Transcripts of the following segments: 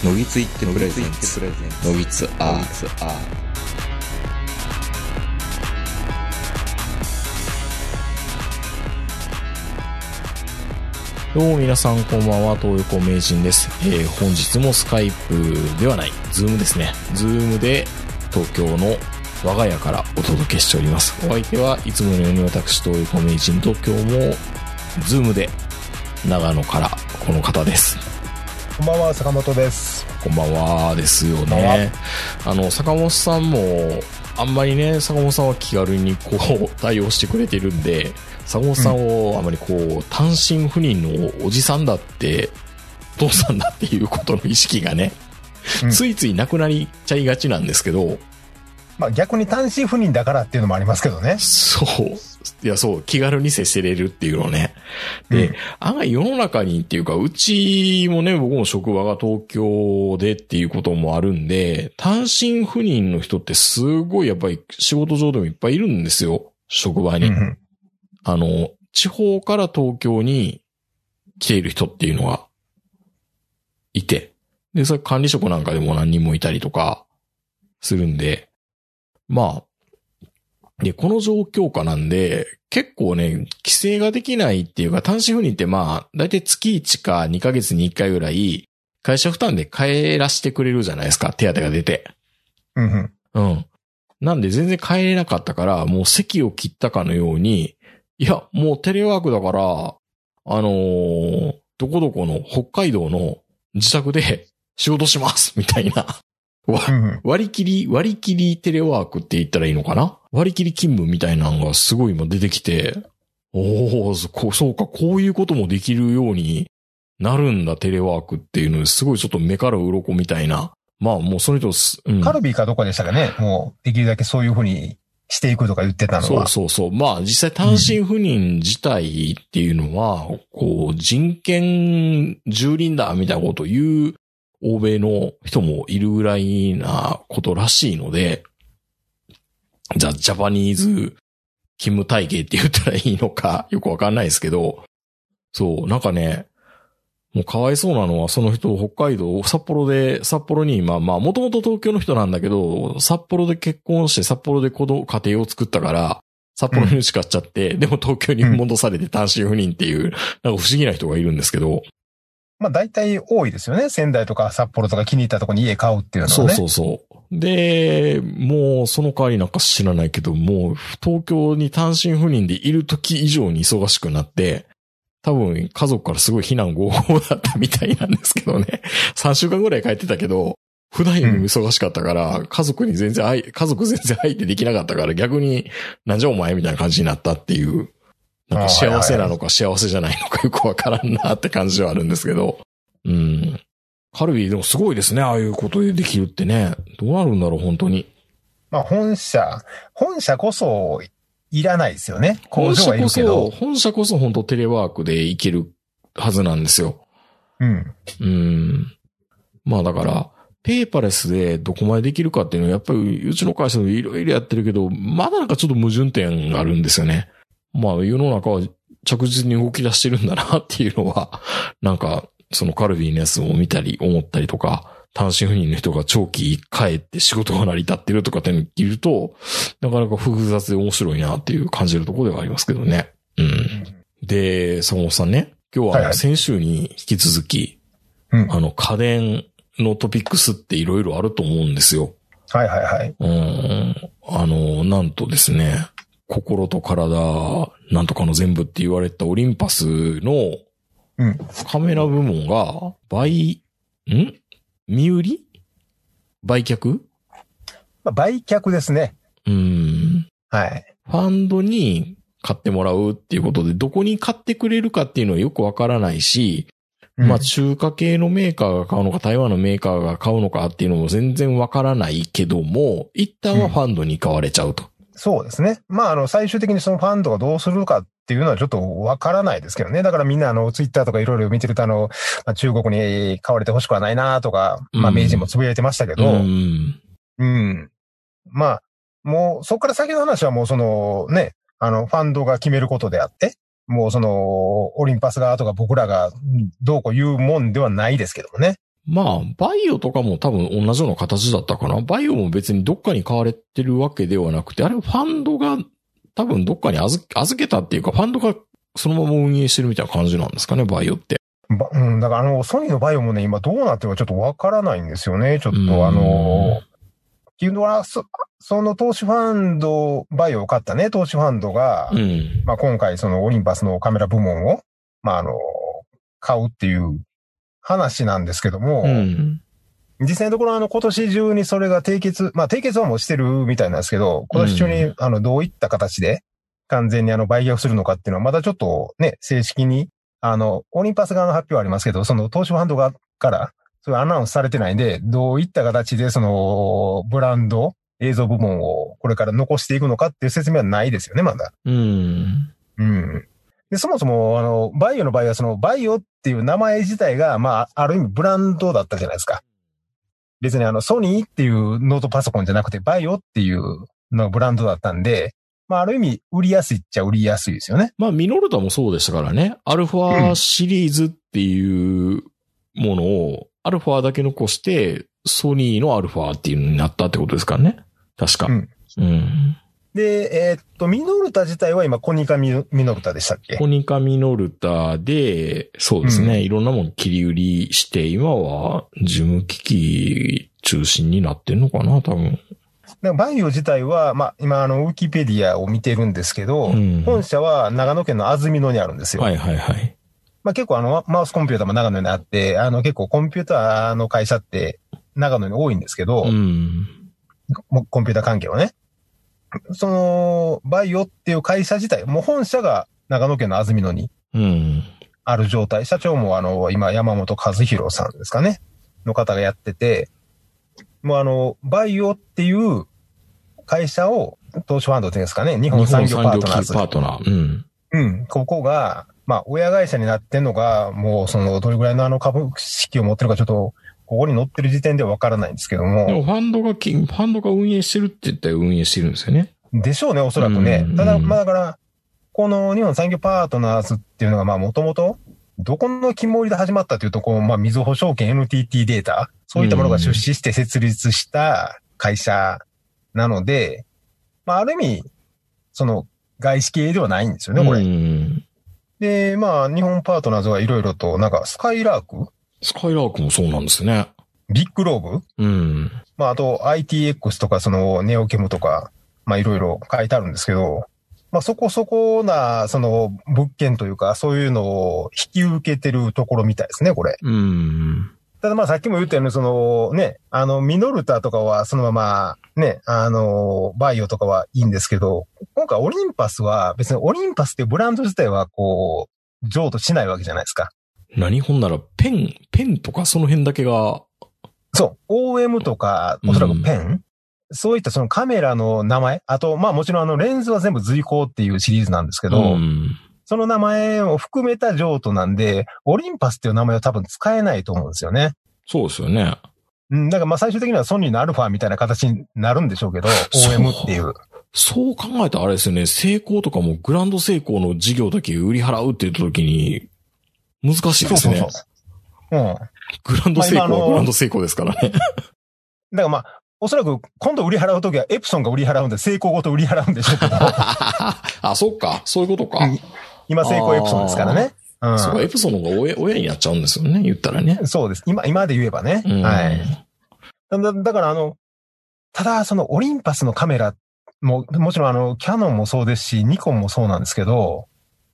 のぎついってプレゼンツのぎつアどうも皆さんこんばんは、東横名人です。本日もスカイプではない、ズームですね。ズームで東京の我が家からお届けしております。お相手はいつものように私、東横名人と今日もズームで長野からこの方です。 こんばんは、坂本です。 こんばんはですよね。坂本さんもあんまりね、坂本さんは気軽にこう対応してくれてるんで、坂本さんをあまりこう単身赴任のおじさんだって、お父さんだっていうことの意識がね、ついついなくなりちゃいがちなんですけど、 まあ逆に単身赴任だからっていうのもありますけどね。 そう。いや、そう、気軽に接せれるっていうのね。で、案外世の中にっていうか、うちもね、僕も職場が東京でっていうこともあるんで、単身赴任の人ってすごいやっぱり仕事上でもいっぱいいるんですよ。職場に。地方から東京に来ている人っていうのがいて、で、それ管理職なんかでも何人もいたりとかするんで、まあ、で、この状況下なんで、結構ね、規制ができないっていうか、単身赴任ってまあ、だいたい月1か2ヶ月に1回ぐらい、会社負担で帰らしてくれるじゃないですか、手当が出て。なんで全然帰れなかったから、もう席を切ったかのように、いや、もうテレワークだから、どこどこの北海道の自宅で仕事しますみたいな。割り切りテレワークって言ったらいいのかな？割り切り勤務みたいなのがすごい今出てきて、そうか、こういうこともできるようになるんだ、テレワークっていうのすごいちょっと目から鱗みたいな。まあもうその人、 カルビーかどこでしたかね？もうできるだけそういうふうにしていくとか言ってたのは。 そう。まあ実際単身赴任自体っていうのは、こう人権蹂躙だみたいなことを言う欧米の人もいるぐらいなことらしいので、ジャパニーズ勤務体系って言ったらいいのかよくわかんないですけど、そう、なんかね、もうかわいそうなのはその人北海道、札幌に今、まあもともと東京の人なんだけど、札幌で結婚して札幌で家庭を作ったから、札幌に打ち勝っちゃって、でも東京に戻されて単身赴任っていう、なんか不思議な人がいるんですけど、 まあ大体多いですよね。仙台とか札幌とか気に入ったところに家買うっていうのはね。 そう。で、もうその代わりなんか知らないけど、もう東京に単身赴任でいる時以上に忙しくなって、多分家族からすごい非難合々だったみたいなんですけどね。3週間ぐらい帰ってたけど、普段よりも忙しかったから、家族全然相手できなかったから逆になんじゃお前みたいな感じになったっていう。なんか幸せなのか幸せじゃないのかよくわからんなって感じではあるんですけど。カルビーでもすごいですね。ああいうことでできるってね。どうなるんだろう、本当に。 まあ本社こそいらないですよね。工場はいるけど。 本社こそ本当テレワークでいけるはずなんですよ。まあだから、ペーパレスでどこまでできるかっていうのはやっぱりうちの会社でいろいろやってるけど、まだなんかちょっと矛盾点があるんですよね。まあ世の中は着実に動き出してるんだなっていうのは、なんかそのカルビーのやつを見たり思ったりとか、単身赴任の人が長期帰って仕事が成り立ってるとかっていうのを聞ると、なかなか複雑で面白いなっていう感じるところではありますけどね。で、坂本さんね、今日は先週に引き続き、家電のトピックスっていろいろあると思うんですよ。なんとですね、心と体、なんとかの全部って言われたオリンパスのカメラ部門が身売り売却？ 売却ですね。 ファンドに買ってもらうっていうことで、どこに買ってくれるかっていうのはよくわからないし、まあ中華系のメーカーが買うのか台湾のメーカーが買うのかっていうのも全然わからないけども、一旦はファンドに買われちゃうと。 そうですね。まあ最終的にそのファンドがどうするかっていうのはちょっとわからないですけどね。だからみんなツイッターとかいろいろ見てると中国に買われてほしくはないなとか、まあ名人もつぶやいてましたけど、まあ、もうそこから先の話はもうファンドが決めることであって、もうオリンパス側とか僕らがどうこう言うもんではないですけどもね。 まあ、バイオとかも多分同じような形だったかな。バイオも別にどっかに買われてるわけではなくて、あれファンドが多分どっかに預けたっていうか、ファンドがそのまま運営してるみたいな感じなんですかね、バイオって。 だからソニーのバイオもね、今どうなってるかちょっとわからないんですよね。ちょっとっていうのは、その投資ファンド、バイオを買ったね、投資ファンドが、まあ今回そのオリンパスのカメラ部門を、まあ買うっていう話なんですけども、実際のところ今年中にそれが締結はもうしてるみたいなんですけど、今年中にどういった形で完全に売却するのかっていうのはまだちょっとね、正式に、オリンパス側の発表はありますけど、その投資ファンド側から、そういうアナウンスされてないんで、どういった形でそのブランド、映像部門をこれから残していくのかっていう説明はないですよね、まだ。で、そもそも、バイオの場合はそのバイオっていう名前自体が、まあ、ある意味ブランドだったじゃないですか。別にソニーっていうノートパソコンじゃなくて、バイオっていうのブランドだったんで、まあ、ある意味、売りやすいっちゃ売りやすいですよね。 まあ、ミノルタもそうでしたからね。アルファシリーズっていうものを、アルファだけ残して、ソニーのアルファっていうのになったってことですからね。確か。で、 ミノルタ自体は今、コニカミノルタでしたっけ？ コニカミノルタで、そうですね。いろんなもの切り売りして、今は事務機器中心になってんのかな、多分。 バイオ自体は、まあ、今、ウィキペディアを見てるんですけど、本社は長野県の安曇野にあるんですよ。 はいはいはい。 まあ、結構マウスコンピューターも長野にあって、結構コンピューターの会社って長野に多いんですけど、コンピューター関係はね。その、バイオっていう会社自体、もう本社が長野県の安曇野にある状態。社長も今、山本和弘さんですかね。の方がやってて、もうバイオっていう会社を、投資ファンドっていうんですかね、日本産業パートナーズ。ここが、まあ、親会社になってんのが、もうどれぐらいの株式を持ってるかちょっと、ここに載ってる時点ではわからないんですけども。 でもファンドが運営してるって言ったら運営してるんですよね。 でしょうね、おそらくね。ただ、まあだから、この日本産業パートナーズっていうのが、まあもともと、どこの肝売りで始まったというと、まあ、みずほ証券 NTT データ、そういったものが出資して設立した会社なので、まあ、ある意味、外資系ではないんですよね、これ。で、まあ、日本パートナーズはいろいろと、なんか、スカイラークもそうなんですね。 ビッグローブまあ、あと、ITX とか、ネオケムとか、まあ、いろいろ書いてあるんですけど、まあ、そこそこな、物件というか、そういうのを引き受けてるところみたいですね、これ。ただまあ、さっきも言ったように、ね、ミノルタとかは、そのまま、ね、バイオとかはいいんですけど、今回オリンパスは、別にオリンパスっていうブランド自体は、譲渡しないわけじゃないですか。 ほんなら、ペンとかその辺だけが。 そう、OM とか、おそらくペン、そういったカメラの名前、あと、まあもちろんレンズは全部随光っていうシリーズなんですけど、その名前を含めた譲渡なんで、オリンパスっていう名前は多分使えないと思うんですよね。 そうですよね。 だからまあ最終的にはソニーのアルファみたいな形になるんでしょうけど、OM っていう。 そう考えたらあれですよね、セイコーとかもグランドセイコーの事業だけ売り払うって言った時に、難しいですね。グランドセイコーはグランドセイコーですからね。 だからまあ、おそらく今度売り払うときはエプソンが売り払うんで、セイコーごと売り払うんでしょうけど。 あ、そっか。そういうことか。 今セイコーエプソンですからね。 そう、エプソンの方が親になっちゃうんですよね、言ったらね。 そうです。今で言えばね。はい。だからただオリンパスのカメラもちろんキャノンもそうですし、ニコンもそうなんですけど、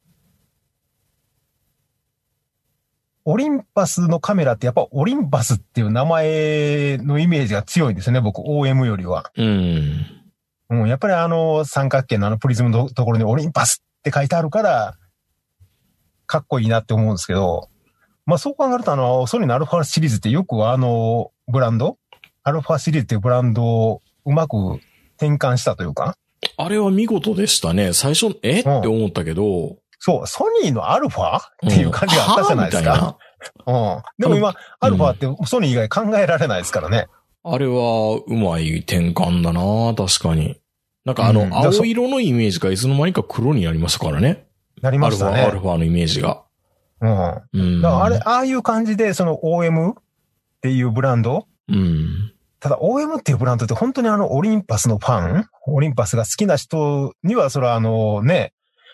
オリンパスのカメラってやっぱオリンパスっていう名前のイメージが強いんですよね、僕、OM よりは。やっぱり三角形のプリズムのところにオリンパスって書いてあるから、かっこいいなって思うんですけど、まあそう考えるとソニーのアルファシリーズってよくブランドアルファシリーズっていうブランドをうまく転換したというか。 あれは見事でしたね。最初、って思ったけど、 そう、ソニーのアルファっていう感じがあったじゃないですか。でも今、アルファってソニー以外考えられないですからね。 あれはうまい転換だな、確かに。なんか青色のイメージがいつの間にか黒になりましたからね。 なりましたね。 アルファのイメージが。 だからああいう感じで、OM っていうブランド、 うん。 ただ OM っていうブランドって本当にオリンパスのファン、オリンパスが好きな人にはそれはね、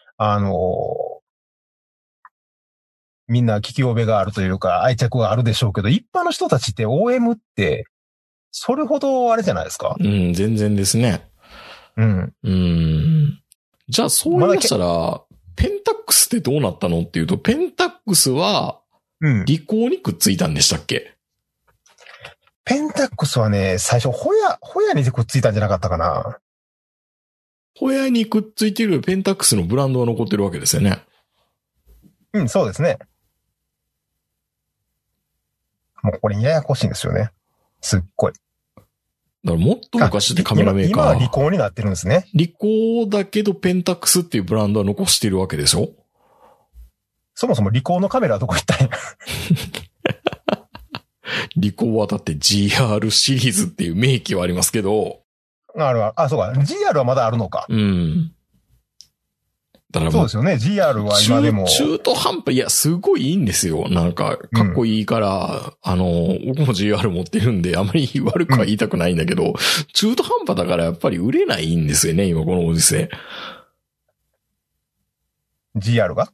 みんな聞き覚えがあるというか愛着があるでしょうけど、一般の人たちって OM ってそれほどあれじゃないですか。 うん、全然ですね。 うん。 じゃあそう言いましたら、ペンタックスってどうなったのっていうと、ペンタックスは、リコーにくっついたんでしたっけ？ ペンタックスはね、最初、ホヤにくっついたんじゃなかったかな。 ホヤにくっついてるペンタックスのブランドは残ってるわけですよね。 うん、そうですね。もうこれややこしいんですよね。すっごい。 だからもっと昔ってカメラメーカー。 今はリコーになってるんですね。 リコーだけどペンタックスっていうブランドは残してるわけでしょ？ そもそもリコーのカメラはどこ行ったんや。 リコーはだって GR シリーズっていう名機はありますけど。 そうか。GR はまだあるのか。 うん。だからそうですよね。GR は今でも。 中途半端、いや、すごいいいんですよ。なんか、かっこいいから、僕も GR 持ってるんで、あまり悪くは言いたくないんだけど、中途半端だからやっぱり売れないんですよね、今このご時世。 GR が？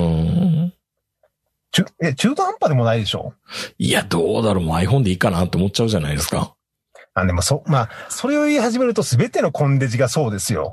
中途半端でもないでしょ？ いや、どうだろう、もう iPhone でいいかなって思っちゃうじゃないですか。 でもそれを言い始めると全てのコンデジがそうですよ。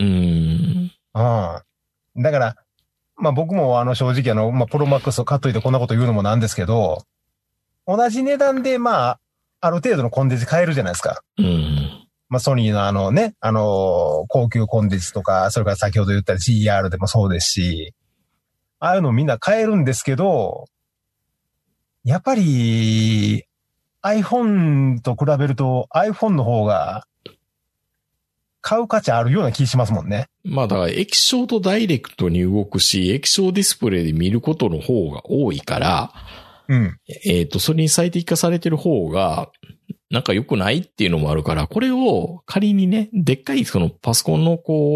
だから、僕も正直プロマックスを買っといてこんなこと言うのもなんですけど、同じ値段である程度のコンデジ買えるじゃないですか。ソニーの高級コンデジとか、それから先ほど言った GR でもそうですし、ああいうのみんな買えるんですけど、やっぱり iPhone と比べると iPhone の方が買う価値あるような気しますもんね。 だから液晶とダイレクトに動くし、液晶ディスプレイで見ることの方が多いから、それに最適化されてる方が、なんか良くないっていうのもあるから、これを仮にね、でっかいそのパソコンの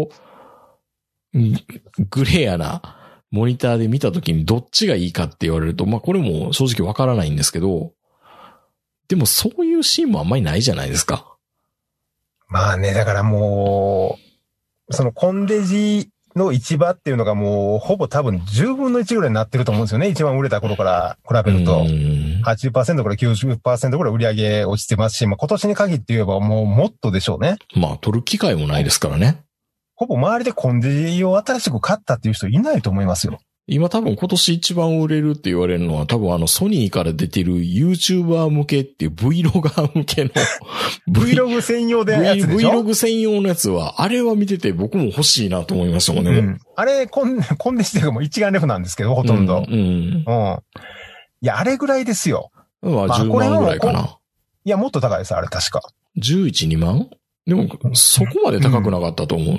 グレアなモニターで見たときにどっちがいいかって言われると、これも正直わからないんですけど、でもそういうシーンもあんまりないじゃないですか。 だからもう、そのコンデジの市場っていうのがもうほぼ多分10分の1ぐらいになってると思うんですよね。一番売れた頃から比べると。80% から 90% ぐらい売り上げ落ちてますし、今年に限って言えばもうもっとでしょうね。 取る機会もないですからね。 ほぼ周りでコンデジを新しく買ったっていう人いないと思いますよ。 今多分今年一番売れるって言われるのは多分ソニーから出てる YouTuber 向けっていう Vlogger 向けの Vlog 専用でやつでしょ？ Vlog 専用のやつは、あれは見てて僕も欲しいなと思いましたもんね。 あれコンデジっていうかもう一眼レフなんですけど、ほとんど。いや、あれぐらいですよ。 10万ぐらいかな。 いや、もっと高いです、あれ確か。 11、2万？でも、そこまで高くなかったと思う。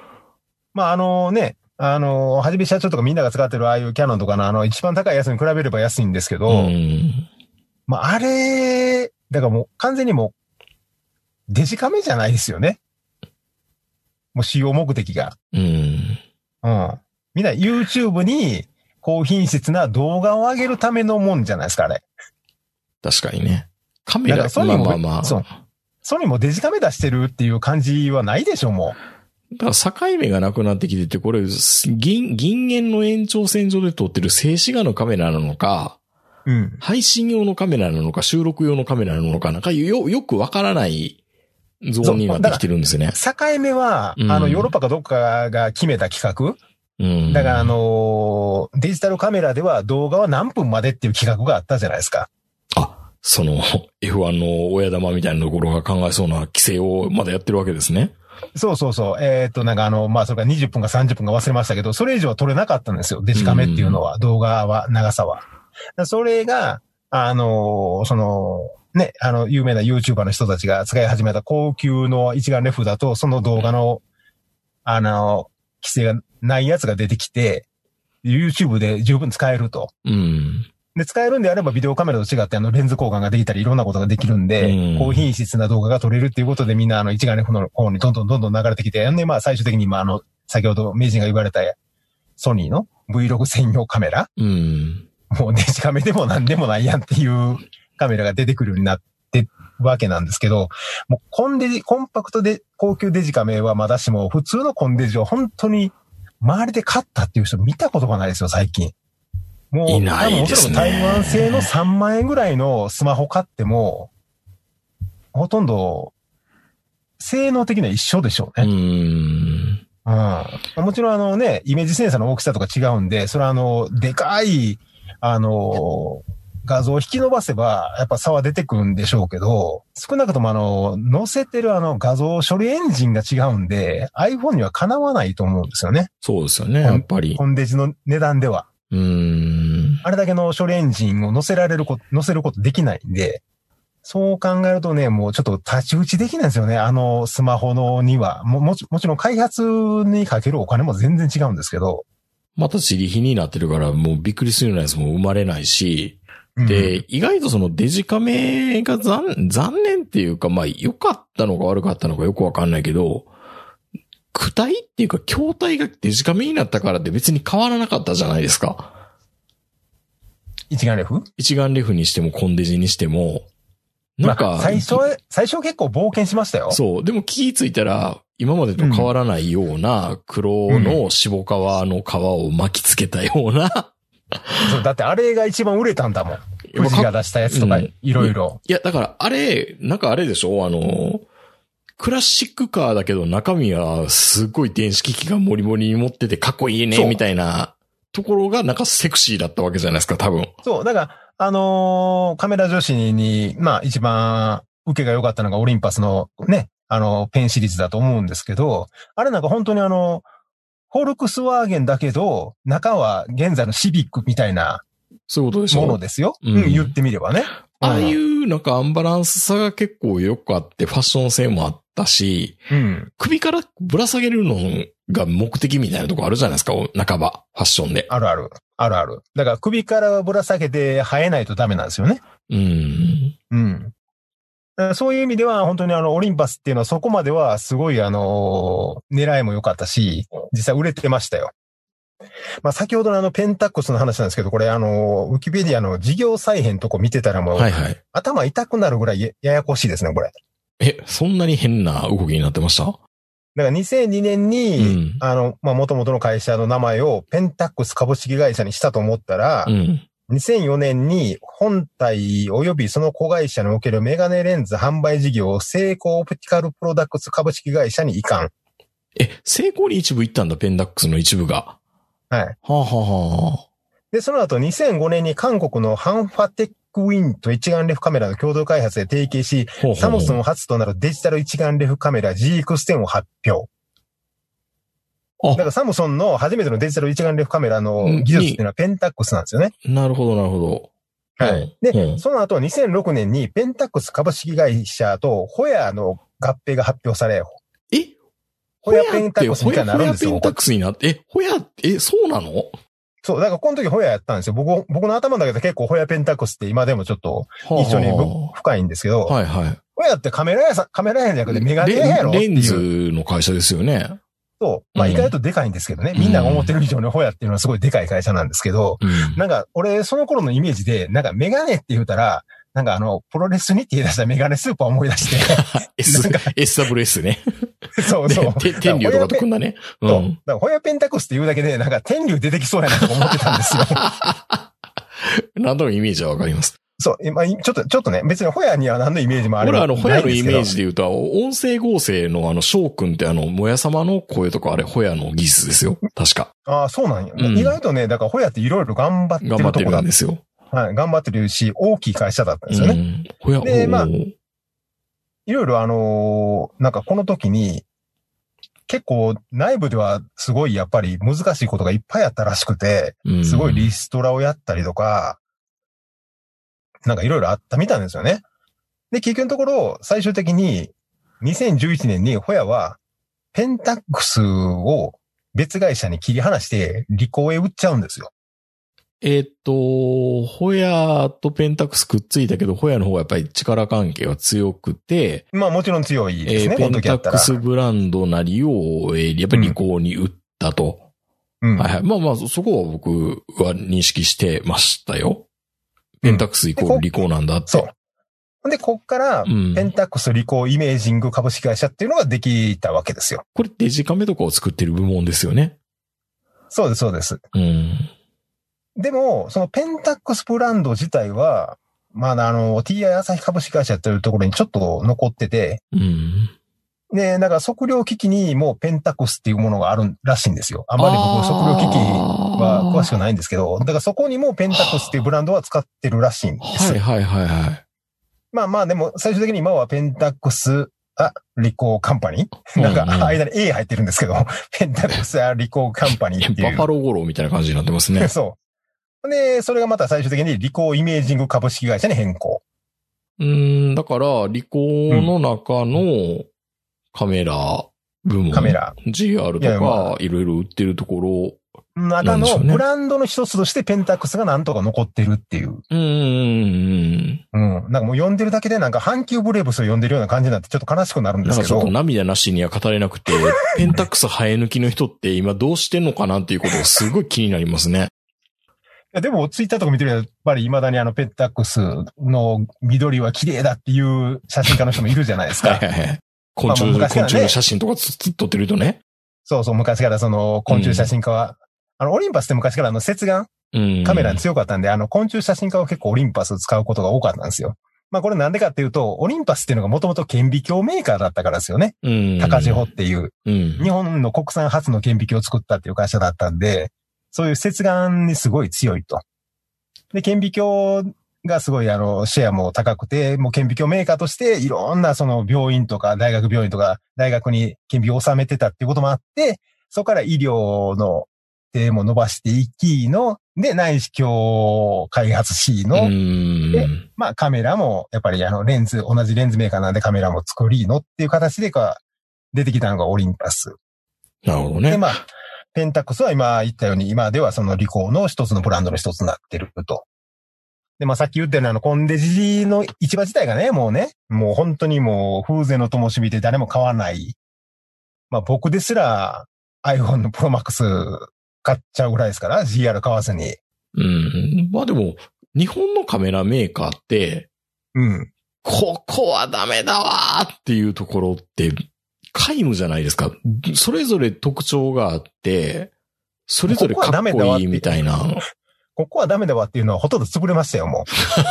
はじめ社長とかみんなが使ってるああいうキャノンとかの一番高いやつに比べれば安いんですけど、あれ、だからもう完全にもうデジカメじゃないですよね。もう使用目的が。みんな YouTube に高品質な動画を上げるためのもんじゃないですか、あれ。 確かにね。カメラ、 ソニーもデジカメ出してるっていう感じはないでしょ、もう。 だから境目がなくなってきてて、これ、銀塩の延長線上で撮ってる静止画のカメラなのか、配信用のカメラなのか、収録用のカメラなのか、なんかよくわからないゾーンになってきてるんですよね。 境目は、ヨーロッパかどっかが決めた企画。だからデジタルカメラでは動画は何分までっていう企画があったじゃないですか。 その F1 の親玉みたいなところが考えそうな規制をまだやってるわけですね。 そう。それから20分か30分か忘れましたけど、それ以上は撮れなかったんですよ。デジカメっていうのは、動画は、長さは。それが、有名な YouTuber の人たちが使い始めた高級の一眼レフだと、その動画の、規制がないやつが出てきて、YouTube で十分使えると。で、使えるんであればビデオカメラと違ってレンズ交換ができたりいろんなことができるんで、高品質な動画が撮れるっていうことでみんな一眼レフの方にどんどん流れてきて、で、最終的に先ほど名人が言われたソニーの Vlog 専用カメラ。もうデジカメでも何でもないやんっていうカメラが出てくるようになってるわけなんですけど、もうコンパクトで高級デジカメはまだしも、普通のコンデジは本当に周りで買ったっていう人見たことがないですよ、最近。もう、 いないですね。 台湾製の3万円ぐらいのスマホ買っても、ほとんど、性能的には一緒でしょうね。もちろんね、イメージセンサーの大きさとか違うんで、それはでかい、画像を引き伸ばせば、やっぱ差は出てくるんでしょうけど、少なくとも載せてる画像処理エンジンが違うんで、iPhone にはかなわないと思うんですよね。 そうですよね、やっぱり。 コンデジの値段では。あれだけの処理エンジンを載せることできないんで、そう考えるとね、もうちょっと太刀打ちできないんですよね。スマホのには。もちろん開発にかけるお金も全然違うんですけど。 また自利品になってるから、もうびっくりするようなやつも生まれないし、で、意外とそのデジカメが残念っていうか、まあ良かったのか悪かったのかよくわかんないけど、躯体っていうか筐体がデジカメになったからって別に変わらなかったじゃないですか。 一眼レフ？ 一眼レフにしてもコンデジにしても、なんか、 最初結構冒険しましたよ。 そう。でも気ついたら、今までと変わらないような黒の渋皮の皮を巻きつけたような。 そうだってあれが一番売れたんだもん。富士が出したやつとか、いろいろ。 いや、だからあれ、なんかあれでしょクラシックカーだけど中身はすごい電子機器がモリモリに持っててかっこいいね、みたいなところがなんかセクシーだったわけじゃないですか、多分。 そう。だから、カメラ女子に、まあ一番受けが良かったのがオリンパスのね、ペンシリーズだと思うんですけど、あれなんか本当にフォルクスワーゲンだけど、中は現在のシビックみたいな、 そういうことでしょ。 ものですよ。言ってみればね。 ああいうなんかアンバランスさが結構よくあって、ファッション性もあったし、首からぶら下げるのが目的みたいなとこあるじゃないですか、半ば、ファッションで。 ある。だから首からぶら下げて生えないとダメなんですよね。そういう意味では本当にオリンパスっていうのはそこまではすごい狙いも良かったし、実際売れてましたよ。まあ先ほどのペンタックスの話なんですけど、これウィキペディアの事業再編とこ見てたらもう、頭痛くなるぐらいややこしいですね、これ。 そんなに変な動きになってました？ だから2002年に、元々の会社の名前をペンタックス株式会社にしたと思ったら、2004年に本体及びその子会社におけるメガネレンズ販売事業をセイコーオプティカルプロダクツ株式会社に移管。 セイコーに一部行ったんだ、ペンタックスの一部が。 はい。で、その後2005年に韓国のハンファテックウィンと一眼レフカメラの共同開発で提携し、サムスン初となるデジタル一眼レフカメラ GX10 を発表。だからサムソンの初めてのデジタル一眼レフカメラの技術っていうのはペンタックスなんですよね。 なるほど。 はい。で、その後2006年にペンタックス株式会社とホヤの合併が発表され、ホヤペンタックスみたいになるんですよ。 ホヤペンタックスになって、ホヤ、そうなの？ そう、だからこの時ホヤやったんですよ。僕の頭の中で結構ホヤペンタックスって今でもちょっと一緒に深いんですけど、ホヤってカメラ屋じゃなくてメガネ屋やろっていう。 レンズの会社ですよね。 そう。まあ意外とでかいんですけどね。みんなが思ってる以上にホヤっていうのはすごいでかい会社なんですけど、なんか俺その頃のイメージで、なんかメガネって言うたら、なんかプロレスにって言い出したメガネスーパー思い出して。 SWS ね。 そう。 天竜とかと組んだね。 そう。だからホヤペンタックスって言うだけで、なんか天竜出てきそうやなとか思ってたんですよ。 なんとなくイメージはわかります。 そう。今、ちょっとね、別にホヤには何のイメージもある。 俺ホヤのイメージで言うと、音声合成の翔くんってもや様の声とかあれ、ホヤの技術ですよ。確か。 ああ、そうなんや。意外とね、だからホヤっていろいろ頑張ってるとこなんですよ。はい。頑張ってるし、大きい会社だったんですよね。で、まあ、いろいろなんかこの時に、結構内部ではすごいやっぱり難しいことがいっぱいあったらしくて、すごいリストラをやったりとか、なんかいろいろあったみたいなんですよね。で、結局のところ、最終的に2011年にホヤはペンタックスを別会社に切り離してリコーへ売っちゃうんですよ。 ホヤとペンタックスくっついたけど、ホヤの方がやっぱり力関係は強くて、 まあもちろん強いですね、 ペンタックスブランドなりを、やっぱりリコーに売ったと。はいはい。まあまあ、そこは僕は認識してましたよ。 ペンタックスイコールリコーなんだって。 そう。で、こっから、ペンタックスリコーイメージング株式会社っていうのができたわけですよ。 これデジカメとかを作ってる部門ですよね。 そうです、そうです。でも、そのペンタックスブランド自体は、まだTI 朝日株式会社っていうところにちょっと残ってて、で、だから測量機器にもペンタックスっていうものがあるらしいんですよ。あまり僕測量機器は詳しくないんですけど、だからそこにもペンタックスっていうブランドは使ってるらしいんです。 はい。 まあでも最終的に今はペンタックスリコーカンパニーなんか間に A 入ってるんですけど、ペンタックスリコーカンパニーっていう。 バファローゴローみたいな感じになってますね。 そう。で、それがまた最終的にリコーイメージング株式会社に変更。 だから、リコーの中のカメラ部門。GR とかいろいろ売ってるところ。 中のブランドの一つとしてペンタックスがなんとか残ってるっていう。なんかもう読んでるだけでなんか阪急ブレーブスを読んでるような感じになってちょっと悲しくなるんですけど。 なんかちょっと涙なしには語れなくて、ペンタックス生え抜きの人って今どうしてんのかなっていうことがすごい気になりますね。 でもツイッターとか見てるとやっぱり未だにペンタックスの緑は綺麗だっていう写真家の人もいるじゃないですか。昆虫の写真とか撮ってるとね。 そう、昔からその昆虫写真家は、オリンパスって昔から接眼カメラに強かったんで、昆虫写真家は結構オリンパスを使うことが多かったんですよ。まあこれなんでかっていうと、オリンパスっていうのがもともと顕微鏡メーカーだったからですよね。高千穂っていう、日本の国産初の顕微鏡を作ったっていう会社だったんで、そういう接眼にすごい強いと。で、顕微鏡がすごいシェアも高くて、もう顕微鏡メーカーとしていろんなその病院とか大学病院とか大学に顕微鏡を収めてたっていうこともあって、そこから医療の手も伸ばしていきの、で、内視鏡開発しの、で、まあカメラもやっぱり同じレンズメーカーなんでカメラも作りのっていう形で出てきたのがオリンパス。 なるほどね。 で、まあ、ペンタックスは今言ったように、今ではそのリコーの一つのブランドの一つになってると。で、まあさっき言ったようなコンデジの市場自体がね、もう本当にもう風前の灯火で誰も買わない。まあ僕ですら iPhone の Pro Max 買っちゃうぐらいですから、GR 買わずに。 まあでも、日本のカメラメーカーって、ここはダメだわーっていうところって、皆無じゃないですか。それぞれ特徴があって、それぞれかっこいいみたいな。 ここはダメだわっていうのはほとんど潰れましたよ、もう。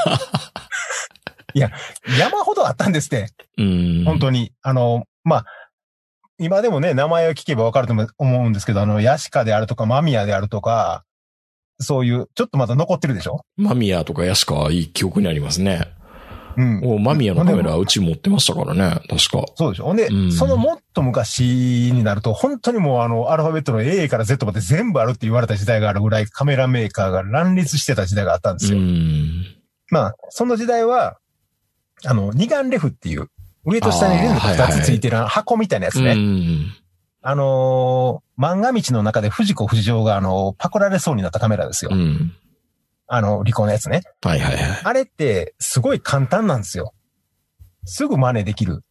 いや、山ほどあったんですって。本当に。まあ、今でもね、名前を聞けばわかると思うんですけど、ヤシカであるとか、マミヤであるとか、そういう、ちょっとまだ残ってるでしょ？ マミヤとかヤシカはいい記憶にありますね。マミヤのカメラうち持ってましたからね、確か。 そうでしょ。で、そのもっと昔になると、本当にもうアルファベットの A から Z まで全部あるって言われた時代があるぐらいカメラメーカーが乱立してた時代があったんですよ。まあ、その時代は、二眼レフっていう、上と下にレンズが2つついてる箱みたいなやつね。漫画道の中で藤子不二雄がパクられそうになったカメラですよ。リコーのやつね。あれってすごい簡単なんですよ。すぐ真似できる。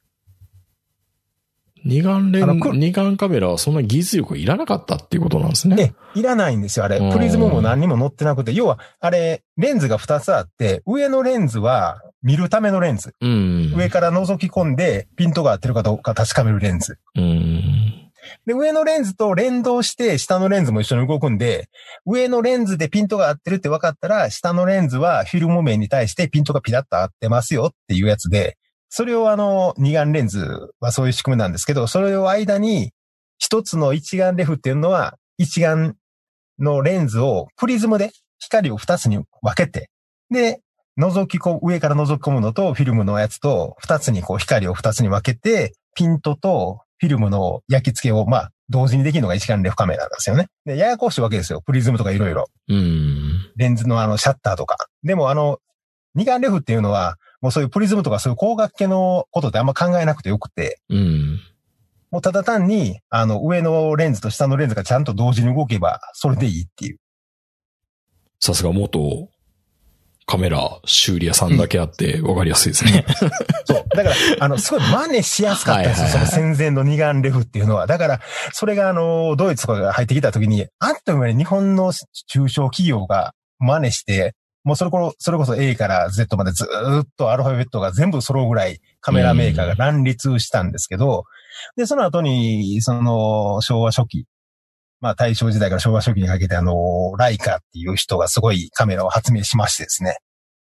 二眼カメラはそんな技術力いらなかったっていうことなんですね。 いらないんですよ、あれ。プリズムも何にも載ってなくて。要は、あれ、レンズが2つあって、上のレンズは見るためのレンズ。上から覗き込んで、ピントが合ってるかどうか確かめるレンズ。で、上のレンズと連動して下のレンズも一緒に動くんで、上のレンズでピントが合ってるって分かったら、下のレンズはフィルム面に対してピントがピタッと合ってますよっていうやつで、それを二眼レンズはそういう仕組みなんですけど、それを間に一つの一眼レフっていうのは、一眼のレンズをプリズムで光を二つに分けて、で、上から覗き込むのとフィルムのやつと二つに光を二つに分けて、ピントとフィルムの焼き付けを同時にできるのが一眼レフカメラなんですよね。で、ややこしいわけですよ。プリズムとかいろいろ。レンズのシャッターとか。でも二眼レフっていうのは、もうそういうプリズムとかそういう光学系のことってあんま考えなくてよくて。もうただ単に、上のレンズと下のレンズがちゃんと同時に動けば、それでいいっていう。 さすが元カメラ修理屋さんだけあって分かりやすいですね。 そう。だから、すごい真似しやすかったんですよ。その戦前の二眼レフっていうのは。だから、それがドイツとかが入ってきた時に、あっという間に日本の中小企業が真似して、 もうそれこそ A から Z までずーっとアルファベットが全部揃うぐらいカメラメーカーが乱立したんですけど、で、その後に、昭和初期、まあ大正時代から昭和初期にかけてライカっていう人がすごいカメラを発明しましてですね。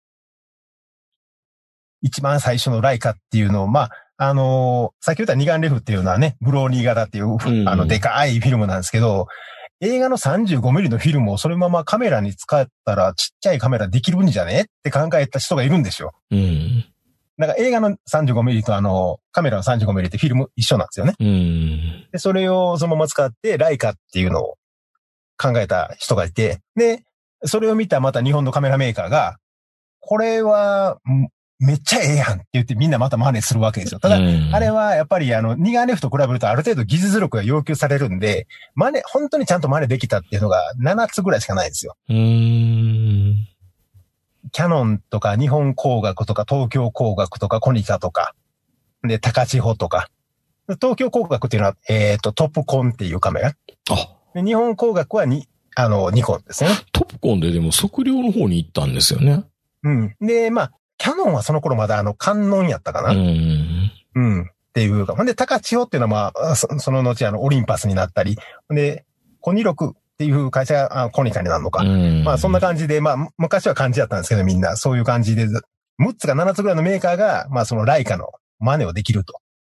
一番最初のライカっていうのを、まあ、さっき言った二眼レフっていうのはね、ブローニー型っていう、でかいフィルムなんですけど、映画の 35mm のフィルムをそのままカメラに使ったらちっちゃいカメラできるんじゃねって考えた人がいるんですよ。 うん。 なんか映画の 35mm とカメラの 35mm ってフィルム一緒なんですよね。 うん。 で、それをそのまま使ってライカっていうのを考えた人がいて、で、それを見たまた日本のカメラメーカーが、これはめっちゃええやんって言ってみんなまた真似するわけですよ。ただ、あれはやっぱり二眼レフと比べるとある程度技術力が要求されるんで、本当にちゃんと真似できたっていうのが7つぐらいしかないんですよ。キャノンとか日本工学とか東京工学とかコニカとか、で、高千穂とか。東京工学っていうのは、トップコンっていうカメラ。で日本工学はニコンですね。 トップコンででも測量の方に行ったんですよね。 うん。で、まあ、キャノンはその頃まだ観音やったかな。うん。っていうか。ほんで、高千穂っていうのはまあ、その後オリンパスになったり。で、コニロクっていう会社がコニカになるのか。まあ、そんな感じで、まあ、昔は漢字だったんですけど、みんな、そういう感じで、6つか7つぐらいのメーカーが、まあ、そのライカの真似をできると。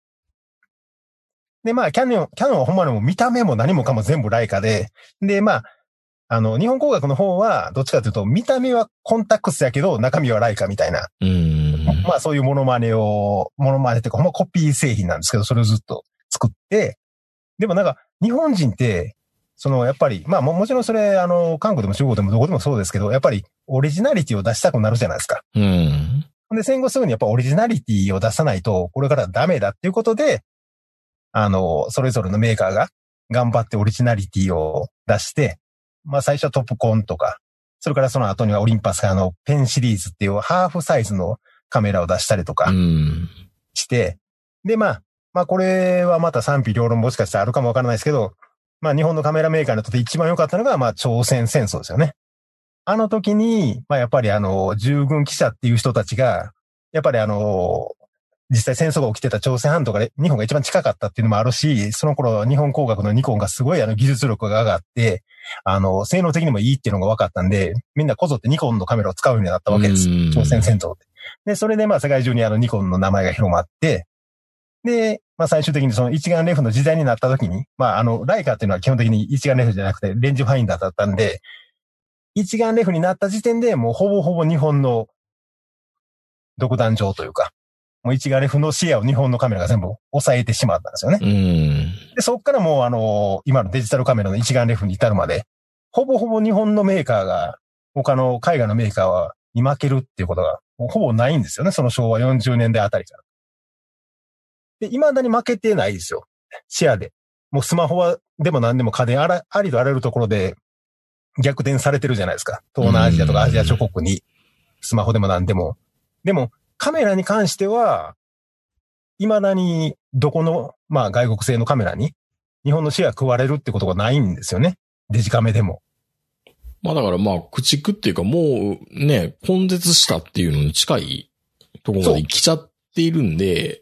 で、まあ、キャノンはほんまにも見た目も何もかも全部ライカで、で、まあ、日本工学の方は、どっちかというと、見た目はコンタックスやけど、中身はライカみたいな。まあ、そういうモノマネっていうか、ほんまコピー製品なんですけど、それをずっと作って、でもなんか、日本人って、やっぱり、まあ、もちろんそれ、韓国でも中国でもどこでもそうですけど、やっぱり、オリジナリティを出したくなるじゃないですか。で、戦後すぐにやっぱオリジナリティを出さないと、これからダメだっていうことで、それぞれのメーカーが頑張ってオリジナリティを出して、まあ最初はトップコンとか、それからその後にはオリンパスがペンシリーズっていうハーフサイズのカメラを出したりとかして、でまあこれはまた賛否両論もしかしたらあるかもわからないですけど、まあ日本のカメラメーカーにとって一番良かったのがまあ朝鮮戦争ですよね。あの時に、まあやっぱり従軍記者っていう人たちが、やっぱり実際戦争が起きてた朝鮮半島から日本が一番近かったっていうのもあるし、その頃日本工学のニコンがすごい技術力が上がって、性能的にもいいっていうのが分かったんで、みんなこぞってニコンのカメラを使うようになったわけです。朝鮮戦争で。で、それでまあ世界中にニコンの名前が広まって、で、まあ最終的にその一眼レフの時代になった時に、まあライカっていうのは基本的に一眼レフじゃなくてレンジファインダーだったんで、一眼レフになった時点でもうほぼほぼ日本の独壇場というか、もう一眼レフのシェアを日本のカメラが全部抑えてしまったんですよね。で、そっからもう今のデジタルカメラの一眼レフに至るまで、ほぼほぼ日本のメーカーが、他の海外のメーカーに負けるっていうことがほぼないんですよね。その昭和40年代あたりから。で、未だに負けてないですよ。シェアで。もうスマホは、でも何でも家電ありとあらゆるところで逆転されてるじゃないですか。東南アジアとかアジア諸国に、スマホでも何でも。でも、カメラに関しては、未だにどこの、まあ外国製のカメラに日本のシェア食われるってことがないんですよね。デジカメでも。 まあだからまあ駆逐っていうかもうね、根絶したっていうのに近いところまで来ちゃっているんで、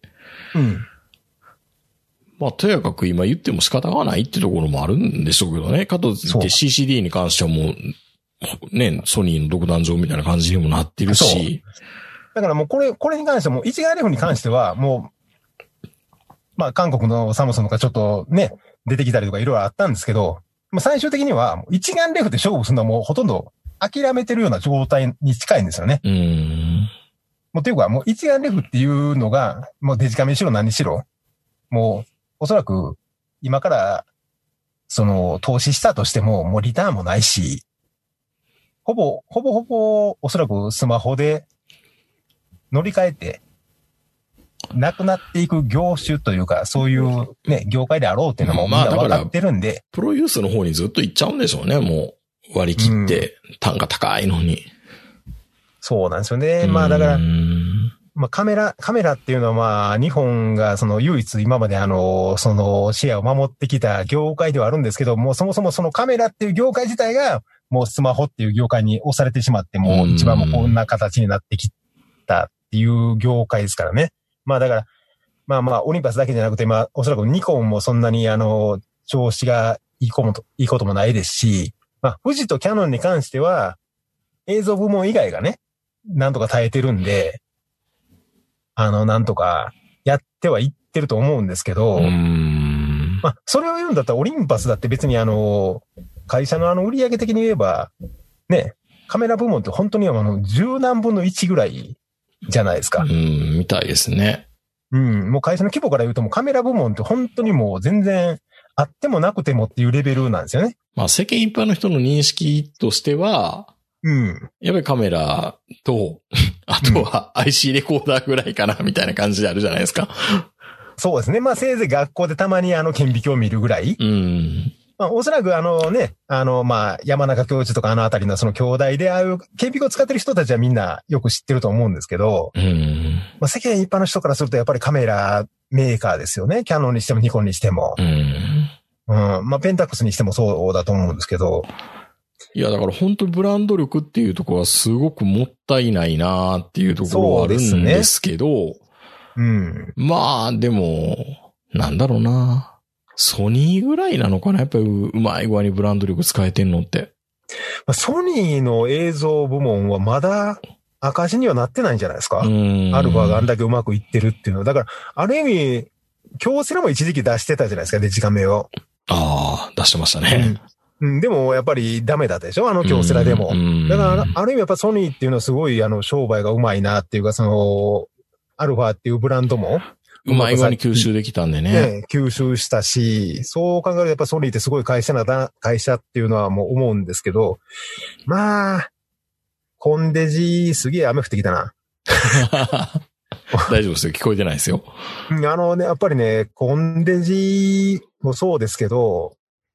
まあとやかく今言っても仕方がないってところもあるんでしょうけどね。かといって CCD に関してはもうね、ソニーの独壇場みたいな感じにもなってるし。 だからもうこれに関しても、一眼レフに関してはもう、まあ韓国のサムソンとかちょっとね、出てきたりとかいろいろあったんですけど、最終的には一眼レフで勝負するのはもうほとんど諦めてるような状態に近いんですよね。もうっていうかもう一眼レフっていうのが、もうデジカメにしろ何にしろ、もうおそらく今から投資したとしてももうリターンもないし、ほぼおそらくスマホで乗り換えて、なくなっていく業種というか、そういうね、業界であろうっていうのもみんな分かってるんで。 プロユースの方にずっと行っちゃうんでしょうね、もう。割り切って、単価高いのに。 そうなんですよね。まあだから、まあカメラっていうのはまあ、日本が唯一今までシェアを守ってきた業界ではあるんですけども、そもそもそのカメラっていう業界自体が、 もうスマホっていう業界に押されてしまって、もう一番もうこんな形になってきたっていう業界ですからね。まあだから、まあまあ、オリンパスだけじゃなくて、まあ、おそらくニコンもそんなに調子がいいこともないですし、まあ、富士とキヤノンに関しては、映像部門以外がね、なんとか耐えてるんで、なんとかやってはいってると思うんですけど、まあ、それを言うんだったらオリンパスだって別に会社の売上的に言えば、ね、カメラ部門って本当に10何分の1ぐらいじゃないですか。 みたいですね。 もう会社の規模から言うともうカメラ部門って本当にもう全然あってもなくてもっていうレベルなんですよね。 まあ世間一般の人の認識としては、やっぱりカメラと、あとは IC レコーダーぐらいかなみたいな感じであるじゃないですか。 そうですね。まあせいぜい学校でたまに顕微鏡を見るぐらい。まあおそらくまあ山中教授とかあたりのその兄弟でああいう顕微鏡を使ってる人たちはみんなよく知ってると思うんですけど、まあ世間一般の人からするとやっぱりカメラメーカーですよね。キヤノンにしてもニコンにしても。まあペンタックスにしてもそうだと思うんですけど。 いやだから本当にブランド力っていうところはすごくもったいないなっていうところはあるんですけど、まあでも、なんだろうな。ソニーぐらいなのかなやっぱりうまい具合にブランド力使えてんのって。 ソニーの映像部門はまだ赤字にはなってないんじゃないですか。アルファがあんだけうまくいってるっていうのは。だから、ある意味、京セラも一時期出してたじゃないですか、デジカメを。 ああ、出してましたね。 でもやっぱりダメだったでしょ京セラでも。だからある意味やっぱソニーっていうのはすごい商売がうまいなっていうかアルファっていうブランドもうまい具合に吸収できたんでね。 吸収したし、そう考えるとやっぱソニーってすごい会社っていうのはもう思うんですけど、まあ、コンデジすげえ雨降ってきたな。 大丈夫ですよ。聞こえてないですよ。 やっぱりね、コンデジもそうですけど、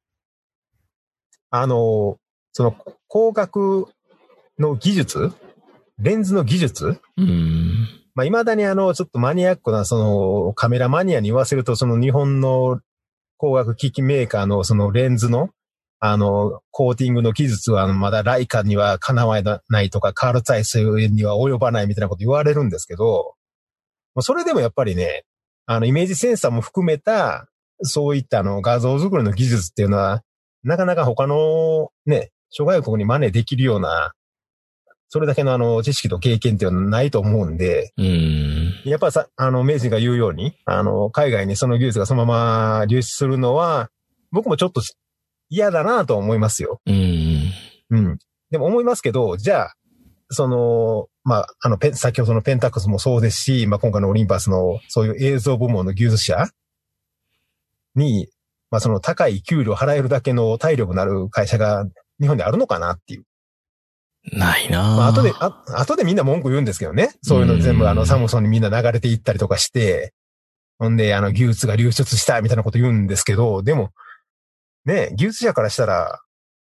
その光学の技術、レンズの技術、まあ、未だにちょっとマニアックな、カメラマニアに言わせると、日本の光学機器メーカーのレンズの、コーティングの技術はまだライカにはかなわないとか、カール・ツァイスには及ばないみたいなこと言われるんですけど、それでもやっぱりね、イメージセンサーも含めた、そういった画像作りの技術っていうのは、なかなか他のね、諸外国に真似できるような、それだけの知識と経験っていうのはないと思うんで、やっぱさ、名人が言うように、海外にその技術がそのまま流出するのは、僕もちょっと嫌だなと思いますよ。でも思いますけど、じゃあ、まあ、先ほどのペンタックスもそうですし、まあ今回のオリンパスのそういう映像部門の技術者に、まあ高い給料払えるだけの体力のある会社が日本にあるのかなっていう。 ないなぁ。 まあ、後でみんな文句言うんですけどね。そういうの全部サムソンにみんな流れていったりとかして、ほんで技術が流出したみたいなこと言うんですけど、でも、ね、技術者からしたら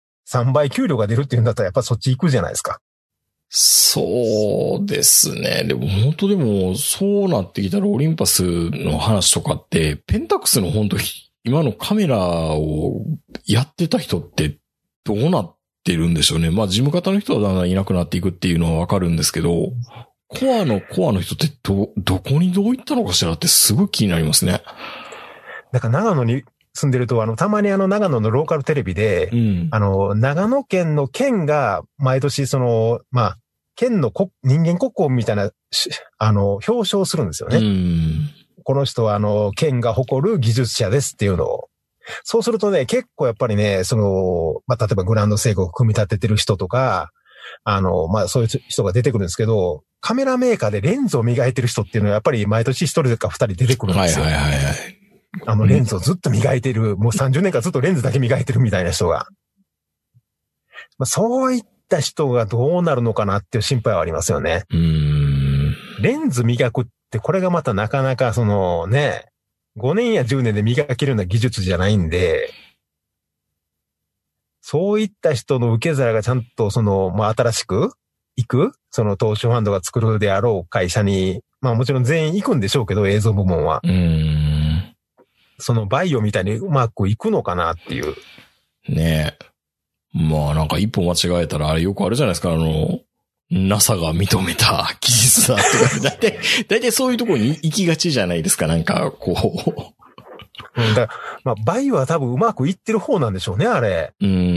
3倍給料が出るっていうんだったらやっぱそっち行くじゃないですか。 そうですね。でも本当でもそうなってきたらオリンパスの話とかって、ペンタックスの本当今のカメラをやってた人ってどうなってるんでしょうね。まあ事務方の人はだんだんいなくなっていくっていうのはわかるんですけど、コアの人ってどこにどういったのかしらってすごい気になりますね。 なんか長野に住んでると、たまに長野のローカルテレビで、長野県の県が毎年まあ、県の人間国宝みたいな、表彰するんですよね。この人は県が誇る技術者ですっていうのを。そうするとね、結構やっぱりね、まあ、例えばグランドセイコーを組み立ててる人とか、まあ、そういう人が出てくるんですけど、カメラメーカーでレンズを磨いてる人っていうのはやっぱり毎年1人か2人出てくるんですよ。レンズをずっと磨いてる、もう30年間ずっとレンズだけ磨いてるみたいな人が。まあ、そういった人がどうなるのかなっていう心配はありますよね。レンズ磨くってこれがまたなかなかね、5年や10年で磨けるような技術じゃないんで、そういった人の受け皿がちゃんとまあ、新しく行く、投資ファンドが作るであろう会社に、まあもちろん全員行くんでしょうけど、映像部門は。バイオみたいにうまくいくのかなっていう。 ねえ。 まあなんか一歩間違えたらあれよくあるじゃないですか、NASA が認めた技術だとか、だいたいそういうところに行きがちじゃないですか、なんかこう。 だからまあ、バイオは多分うまくいってる方なんでしょうね、あれ。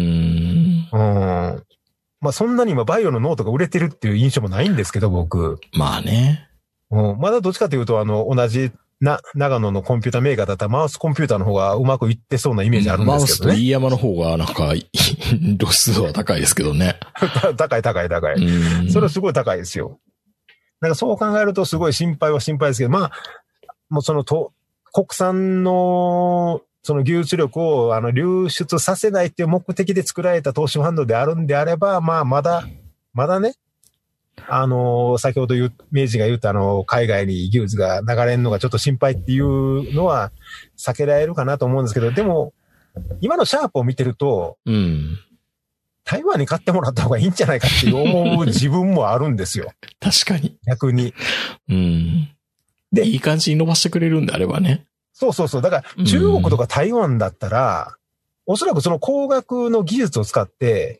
まあそんなに今バイオのノートが売れてるっていう印象もないんですけど、僕。 まあね。 まだどっちかというと、同じ長野のコンピューターメーカーだったらマウスコンピューターの方がうまくいってそうなイメージあるんですけどね。 マウスと飯山の方がなんか、露出度は高いですけどね。 高い。それはすごい高いですよ。なんかそう考えるとすごい心配ですけど、まあ、もう国産の、その技術力を流出させないっていう目的で作られた投資ファンドであるんであれば、まあまだね、先ほど明治が言った海外に技術が流れるのがちょっと心配っていうのは避けられるかなと思うんですけど、でも、今のシャープを見てると、台湾に買ってもらった方がいいんじゃないかって思う自分もあるんですよ。 確かに。 逆に。 で、いい感じに伸ばしてくれるんであればね。 そう。だから中国とか台湾だったら、おそらくその光学の技術を使って、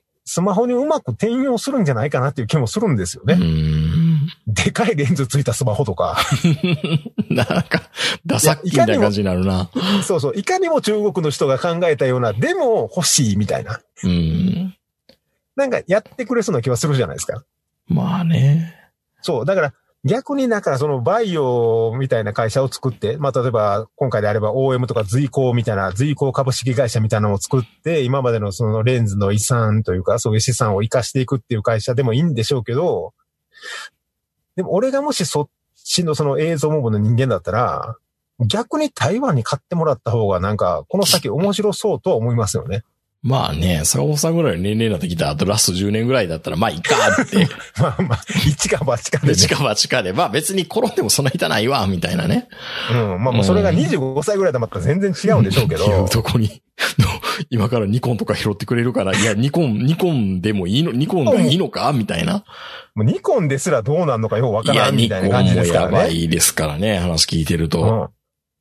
スマホにうまく転用するんじゃないかなっていう気もするんですよね。でかいレンズついたスマホとか。 なんか、ダサッキみたいな感じになるな。 そう。いかにも中国の人が考えたような、でも欲しいみたいな。なんかやってくれそうな気はするじゃないですか。 まあね。 そう。だから逆にそのバイオみたいな会社を作って、まあ例えば今回であれば OM とか随光みたいな、随光株式会社みたいなのを作って、今までのそのレンズの遺産というか、そういう資産を生かしていくっていう会社でもいいんでしょうけど、でも俺がもしそっちのその映像モブの人間だったら、逆に台湾に買ってもらった方がなんか、この先面白そうとは思いますよね。 まあね、坂本さんぐらいの年齢になってきたあとラスト10年ぐらいだったら、まあいいかって。 まあ、一か八かでね。 一か八かで、まあ別に転んでもそんな痛ないわ、みたいなね。 まあそれが25歳ぐらいだったら全然違うんでしょうけど。 どこに、今からニコンとか拾ってくれるから、いや、ニコンでもいいの、ニコンがいいのかみたいな。 もうニコンですらどうなんのかようわからんみたいな感じですからね。 いや、ニコンもやばいですからね、話聞いてると。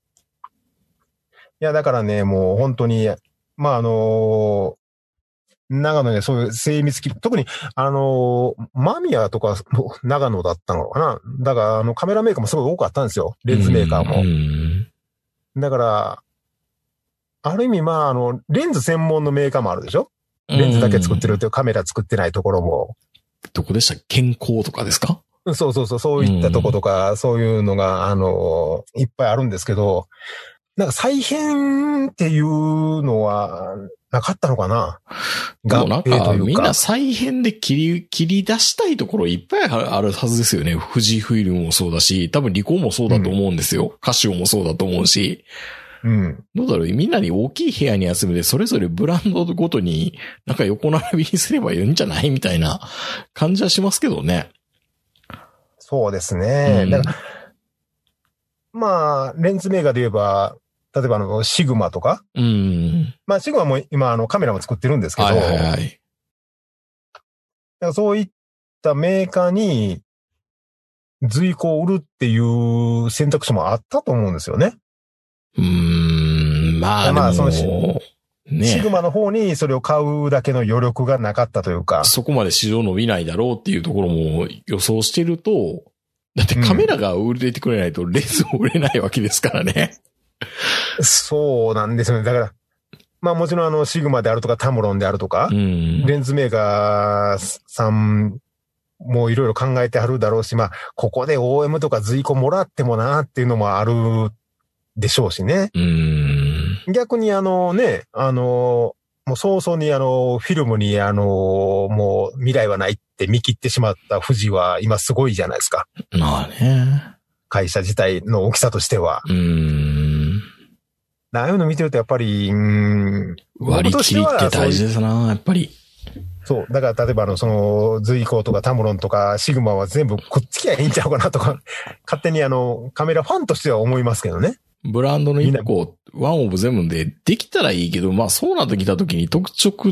いや、だからね、もう本当に、まあ長野でそういう精密機、特に、マミヤとか長野だったのかな。だからカメラメーカーもすごい多かったんですよ。レンズメーカーも。だから、ある意味まあレンズ専門のメーカーもあるでしょ。レンズだけ作ってるっていうカメラ作ってないところも。 どこでしたっけ？健康とかですか？ そう、そういったとことか、そういうのが、いっぱいあるんですけど、なんか再編っていうのは、なかったのかな。 でもなんか、みんな再編で切り出したいところいっぱいあるはずですよね。富士フイルムもそうだし、多分リコーもそうだと思うんですよ。カシオもそうだと思うし。どうだろう、みんなに大きい部屋に集めて、それぞれブランドごとになんか横並びにすればいいんじゃないみたいな感じはしますけどね。 そうですね。だからまあ、レンズメーカーで言えば、例えばシグマとか。まあ、シグマも今カメラも作ってるんですけど。だからそういったメーカーに随光を売るっていう選択肢もあったと思うんですよね。 まあ、 そのシグマの方にそれを買うだけの余力がなかったというか。 そこまで市場伸びないだろうっていうところも予想してると、だってカメラが売れてくれないとレンズも売れないわけですからね。 そうなんですよね。だから、まあもちろんシグマであるとかタムロンであるとか、レンズメーカーさんもいろいろ考えてはるだろうし、まあここで OM とか随光もらってもなっていうのもあるでしょうしね。逆にもう早々にフィルムにもう未来はないって見切ってしまった富士は今すごいじゃないですか。 まあね。 会社自体の大きさとしては。ああいうの見てるとやっぱり、 割り切りって大事ですな、やっぱり。 そう。だから例えば随光とかタムロンとかシグマは全部くっつきゃいいんちゃうかなとか、勝手にカメラファンとしては思いますけどね。 ブランドの一個、ワンオブ全部でできたらいいけど、まあそうなってきた時に特色って、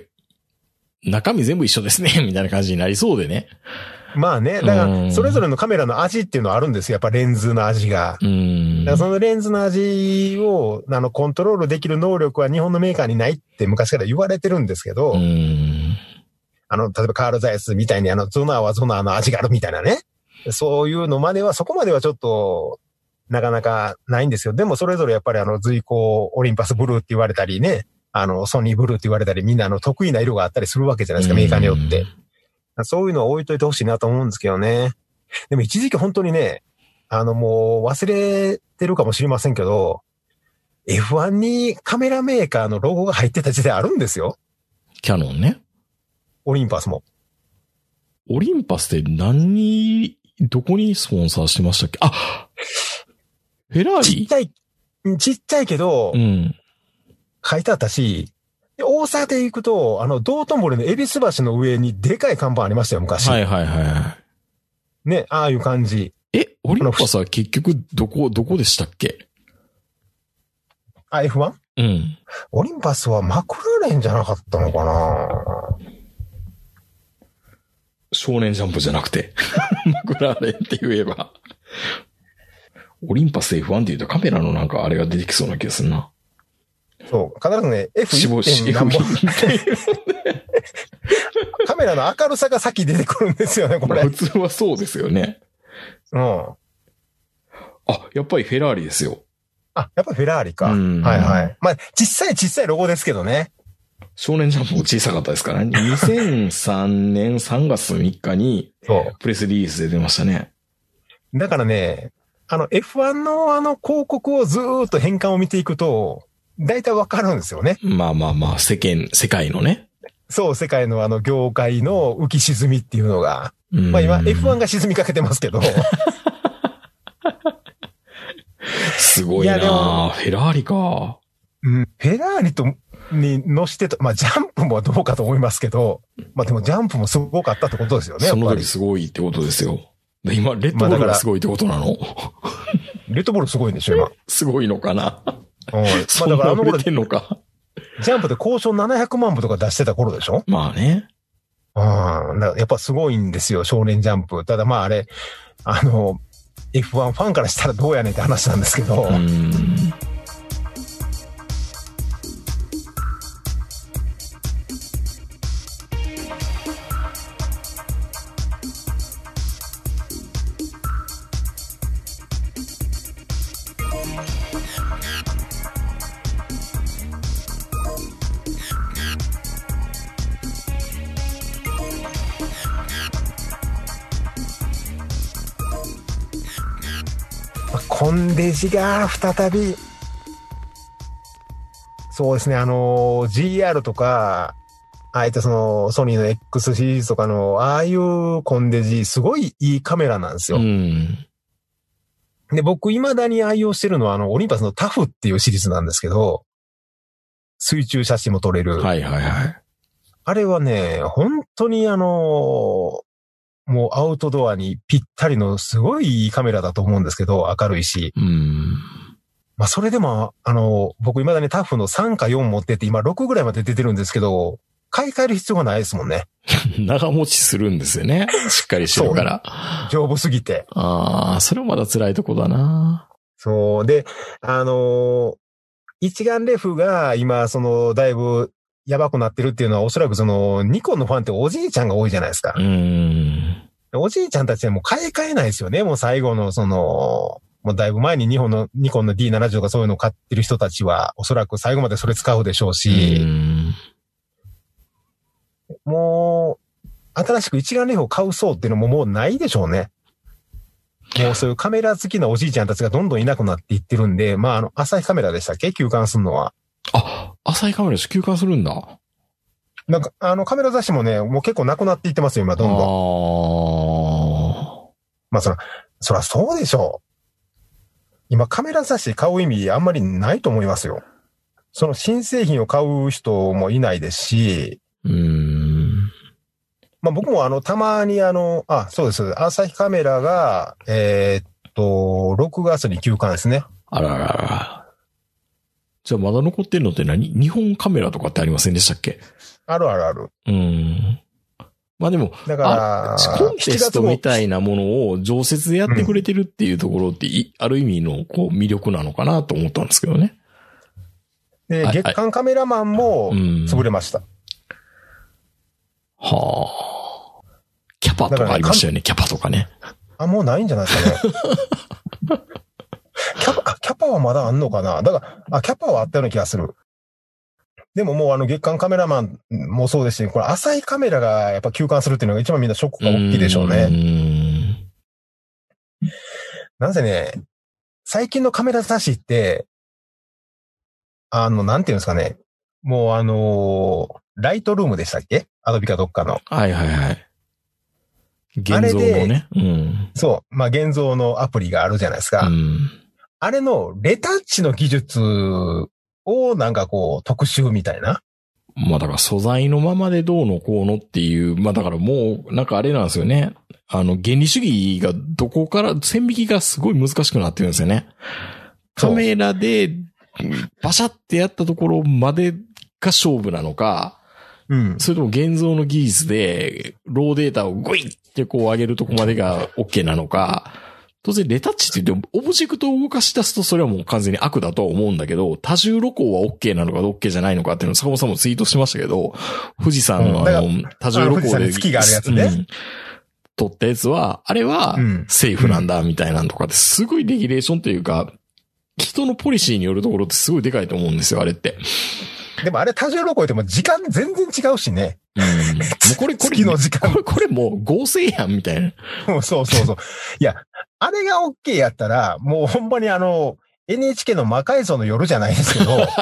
中身全部一緒ですね、みたいな感じになりそうでね。 まあね。だから、それぞれのカメラの味っていうのはあるんですよ。やっぱレンズの味が。 だからそのレンズの味を、コントロールできる能力は日本のメーカーにないって昔から言われてるんですけど、例えばカール・ザイスみたいにゾナーはゾナーの味があるみたいなね。そういうのまでは、そこまではちょっと、なかなかないんですよ。でもそれぞれやっぱり随行オリンパスブルーって言われたりね、ソニーブルーって言われたり、みんな得意な色があったりするわけじゃないですか、メーカーによって。そういうのを置いといてほしいなと思うんですけどね。でも一時期本当にね、もう忘れてるかもしれませんけど、F1 にカメラメーカーのロゴが入ってた時代あるんですよ。 キャノンね。 オリンパスも。 オリンパスってどこにスポンサーしてましたっけ？あ、フェラーリ？ ちっちゃいけど、書いてあったし、大阪で行くと、道頓堀の恵比寿橋の上にでかい看板ありましたよ、昔。 はいはいはい。 ね、ああいう感じ。 オリンパスは結局どこでしたっけ？ あ、F1？ オリンパスはマクラーレンじゃなかったのかな？ 少年ジャンプじゃなくて。マクラーレンって言えば。オリンパス F1 って言うとカメラのなんかあれが出てきそうな気がするな。 そう、必ずね、F1 何本カメラの明るさが先出てくるんですよね、これ。 普通はそうですよね。あ、やっぱりフェラーリですよ。 あ、やっぱりフェラーリか。はいはい。まあ、小さいロゴですけどね。 少年ジャンプも小さかったですからね。2003年3月3日に、プレスリリースで出ましたね。 だからね、F1 の広告をずーっと変換を見ていくと、大体わかるんですよね。 まあ、世界のね。 そう、世界の業界の浮き沈みっていうのが。まあ今、F1 が沈みかけてますけど。 すごいなぁ。フェラーリか。 フェラーリに乗してと、まあジャンプもどうかと思いますけど、まあでもジャンプもすごかったってことですよね。 その時すごいってことですよ。今、レッドボールがすごいってことなの？ レッドボールすごいんでしょ、今。 すごいのかな？ まあだから頃てんのか。 ジャンプで交渉700万部とか出してた頃でしょ？ まあね。 やっぱすごいんですよ、少年ジャンプ。ただまああれ、F1 ファンからしたらどうやねんって話なんですけど。コンデジが再び、そうですね、GR とか、あえてソニーの X シリーズとかの、ああいうコンデジ、すごいいいカメラなんですよ。で、僕未だに愛用してるのは、オリンパスのタフっていうシリーズなんですけど、水中写真も撮れる。 はいはいはい。 あれはね、本当にもうアウトドアにぴったりのすごいいいカメラだと思うんですけど、明るいし。まあそれでも、僕未だにタフの3か4持ってて、今6ぐらいまで出てるんですけど、買い替える必要がないですもんね。 長持ちするんですよね。しっかりしてるから。 丈夫すぎて。 それはまだ辛いとこだな。 そう。で、一眼レフが今、だいぶ、やばくなってるっていうのはおそらくニコンのファンっておじいちゃんが多いじゃないですか。おじいちゃんたちはもう買い替えないですよね。もう最後のもうだいぶ前にニコンの D70 とかそういうのを買ってる人たちはおそらく最後までそれ使うでしょうし、もう新しく一眼レフを買う層っていうのももうないでしょうね。もうそういうカメラ好きなおじいちゃんたちがどんどんいなくなっていってるんで、まあ朝日カメラでしたっけ？休館するのは。 朝日カメラ休館するんだ。 なんか、カメラ雑誌もね、もう結構なくなっていってますよ、今、どんどん。まあ、そらそうでしょう。今、カメラ雑誌買う意味あんまりないと思いますよ。新製品を買う人もいないですし。まあ、僕もたまにそうです。朝日カメラが、6月に休館ですね。 あららら。じゃあまだ残ってんのって何？日本カメラとかってありませんでしたっけ？ あるあるある。 まあでも、 だからコンテストみたいなものを常設でやってくれてるっていうところって、ある意味のこう魅力なのかなと思ったんですけどね。 で、月間カメラマンも潰れました。 はあ。キャパとかありましたよね、キャパとかね。 あ、もうないんじゃないですかね。キャパはまだあんのかな。だから、キャパはあったような気がする。でももう月間カメラマンもそうですし、これ浅いカメラがやっぱ休館するっていうのが一番みんなショックが大きいでしょうね。なんせね、最近のカメラ雑誌って、なんていうんですかね。もうライトルームでしたっけ？アドビかどっかの。 はいはいはい。現像のね。 そう。まあ、現像のアプリがあるじゃないですか。あれのレタッチの技術をなんかこう特集みたいな。 まあだから素材のままでどうのこうのっていう、まあだからもうなんかあれなんですよね。原理主義がどこから線引きがすごい難しくなってるんですよね。カメラでバシャってやったところまでが勝負なのか、それとも現像の技術でローデータをグイってこう上げるとこまでが OK なのか、当然レタッチって言ってもオブジェクトを動かし出すとそれはもう完全に悪だとは思うんだけど、多重露光は OK なのか OK じゃないのかっていうのを坂本さんもツイートしましたけど、富士山の多重露光で月があるやつね。 撮ったやつは、あれはセーフなんだみたいなのとかってすごいレギュレーションというか、人のポリシーによるところってすごいでかいと思うんですよ、あれって。 でもあれ多重露光っても時間全然違うしね。 もうこれ月の時間。 これもう合成やんみたいな。 そう。いや、あれが OK やったら、もうほんまにNHK の魔改造の夜じゃないですけど、もう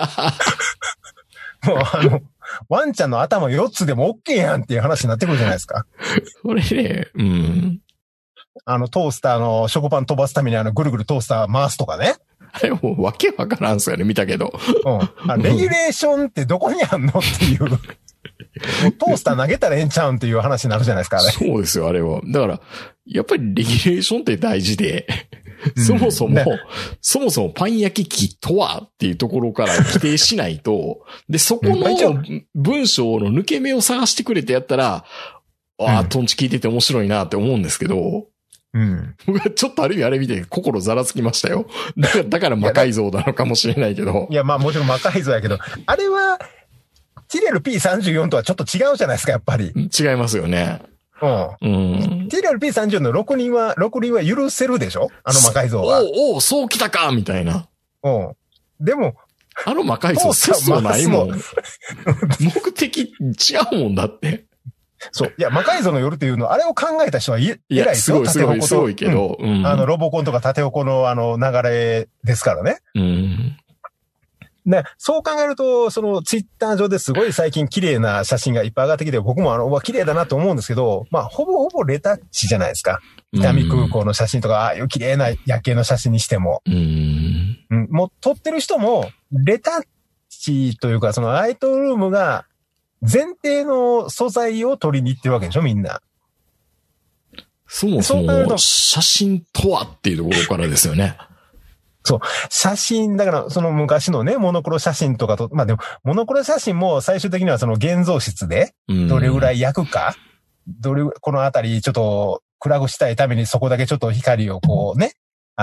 ワンちゃんの頭4つでも OK やんっていう話になってくるじゃないですか。 これね、 トースターの食パン飛ばすためにぐるぐるトースター回すとかね。 あれもうわけわからんすよね、見たけど。 レギュレーションってどこにあんのっていう。もうトースター投げたらええんちゃうんっていう話になるじゃないですか、あれ。 そうですよ、あれは。だから、やっぱりレギュレーションって大事で、そもそもパン焼き器とはっていうところから規定しないと、で、そこの文章の抜け目を探してくれてやったら、トンチ聞いてて面白いなって思うんですけど、僕はちょっとある意味あれ見て心ざらつきましたよ。だから魔改造なのかもしれないけど。 いや、まあもちろん魔改造やけど、あれは、ティレル P34 とはちょっと違うじゃないですか、やっぱり。 違いますよね。 ティレル P34 の6輪は許せるでしょ？魔改造は。 そうきたかみたいな。 でも、 魔改造節操ないもん。目的違うもんだって。 そう。いや、魔改造の夜っていうの、あれを考えた人は偉いですよ。 すごいけど。 ロボコンとか縦横の流れですからね。で、そう考えると、ツイッター上ですごい最近綺麗な写真がいっぱい上がってきて、僕も綺麗だなと思うんですけど、まあ、ほぼレタッチじゃないですか。伊丹空港の写真とか、ああいう綺麗な夜景の写真にしても。もう撮ってる人も、レタッチというか、ライトルームが、前提の素材を取りに行ってるわけでしょ、みんな。 そもそも、写真とはっていうところからですよね。 そう。写真、だから、昔のね、モノクロ写真とかと、まあでも、モノクロ写真も最終的には現像室で、どれぐらい焼くか、このあたりちょっと暗くしたいためにそこだけちょっと光をこうね、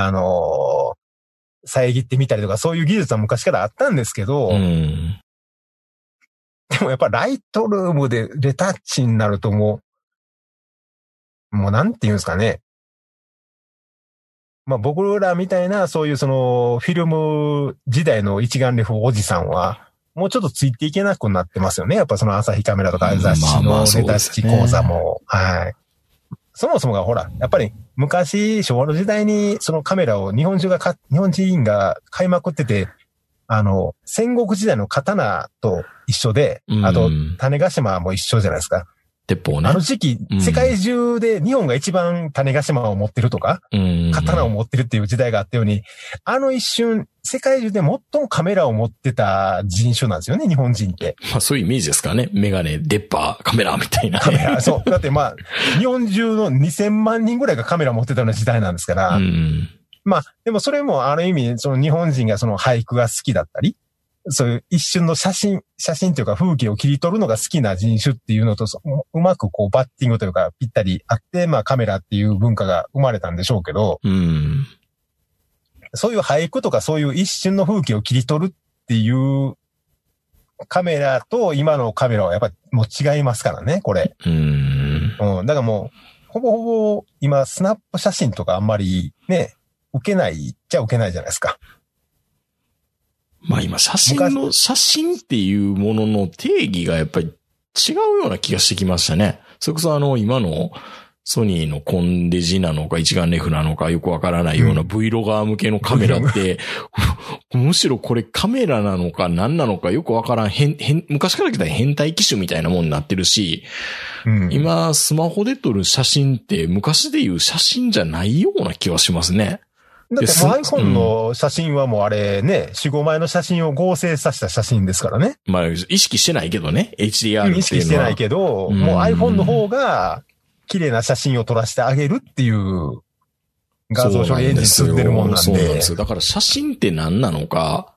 遮ってみたりとか、そういう技術は昔からあったんですけど、でもやっぱライトルームでレタッチになるともうなんて言うんですかね。まあ僕らみたいなそういうフィルム時代の一眼レフおじさんは、もうちょっとついていけなくなってますよね。やっぱ朝日カメラとか雑誌のレタッチ講座も。はい。そもそもがほら、やっぱり昔昭和の時代にそのカメラを日本人が買いまくってて、戦国時代の刀と一緒で、あと、種子島も一緒じゃないですか。 鉄砲ね。 時期、世界中で日本が一番種子島を持ってるとか、刀を持ってるっていう時代があったように、一瞬、世界中で最もカメラを持ってた人種なんですよね、日本人って。 まあそういうイメージですからね。メガネ、出っ歯、カメラみたいな、ね。 カメラ、そう。だってまあ、日本中の2000万人ぐらいがカメラ持ってたような時代なんですから、まあ、でもそれもある意味、日本人が俳句が好きだったり、 そういう一瞬の写真というか風景を切り取るのが好きな人種っていうのと、うまくこうバッティングというかぴったりあって、まあカメラっていう文化が生まれたんでしょうけど、そういう俳句とかそういう一瞬の風景を切り取るっていうカメラと今のカメラはやっぱりもう違いますからね、これ。だからもう、ほぼほぼ今スナップ写真とかあんまりね、受けないっちゃ受けないじゃないですか。 まあ今写真っていうものの定義がやっぱり違うような気がしてきましたね。それこそ今のソニーのコンデジなのか一眼レフなのかよくわからないような Vlogger 向けのカメラって、むしろこれカメラなのか何なのかよくわからん昔から来た変態機種みたいなもんになってるし、今スマホで撮る写真って昔でいう写真じゃないような気はしますね。 だってもう iPhone の写真はもうあれね、4、5枚の写真を合成させた写真ですからね。 まあ意識してないけどね、HDR っていうのは。 意識してないけど、もう iPhone の方が綺麗な写真を撮らせてあげるっていう画像処理エンジン積んでるもんなんで。 そうなんですよ。だから写真って何なのか、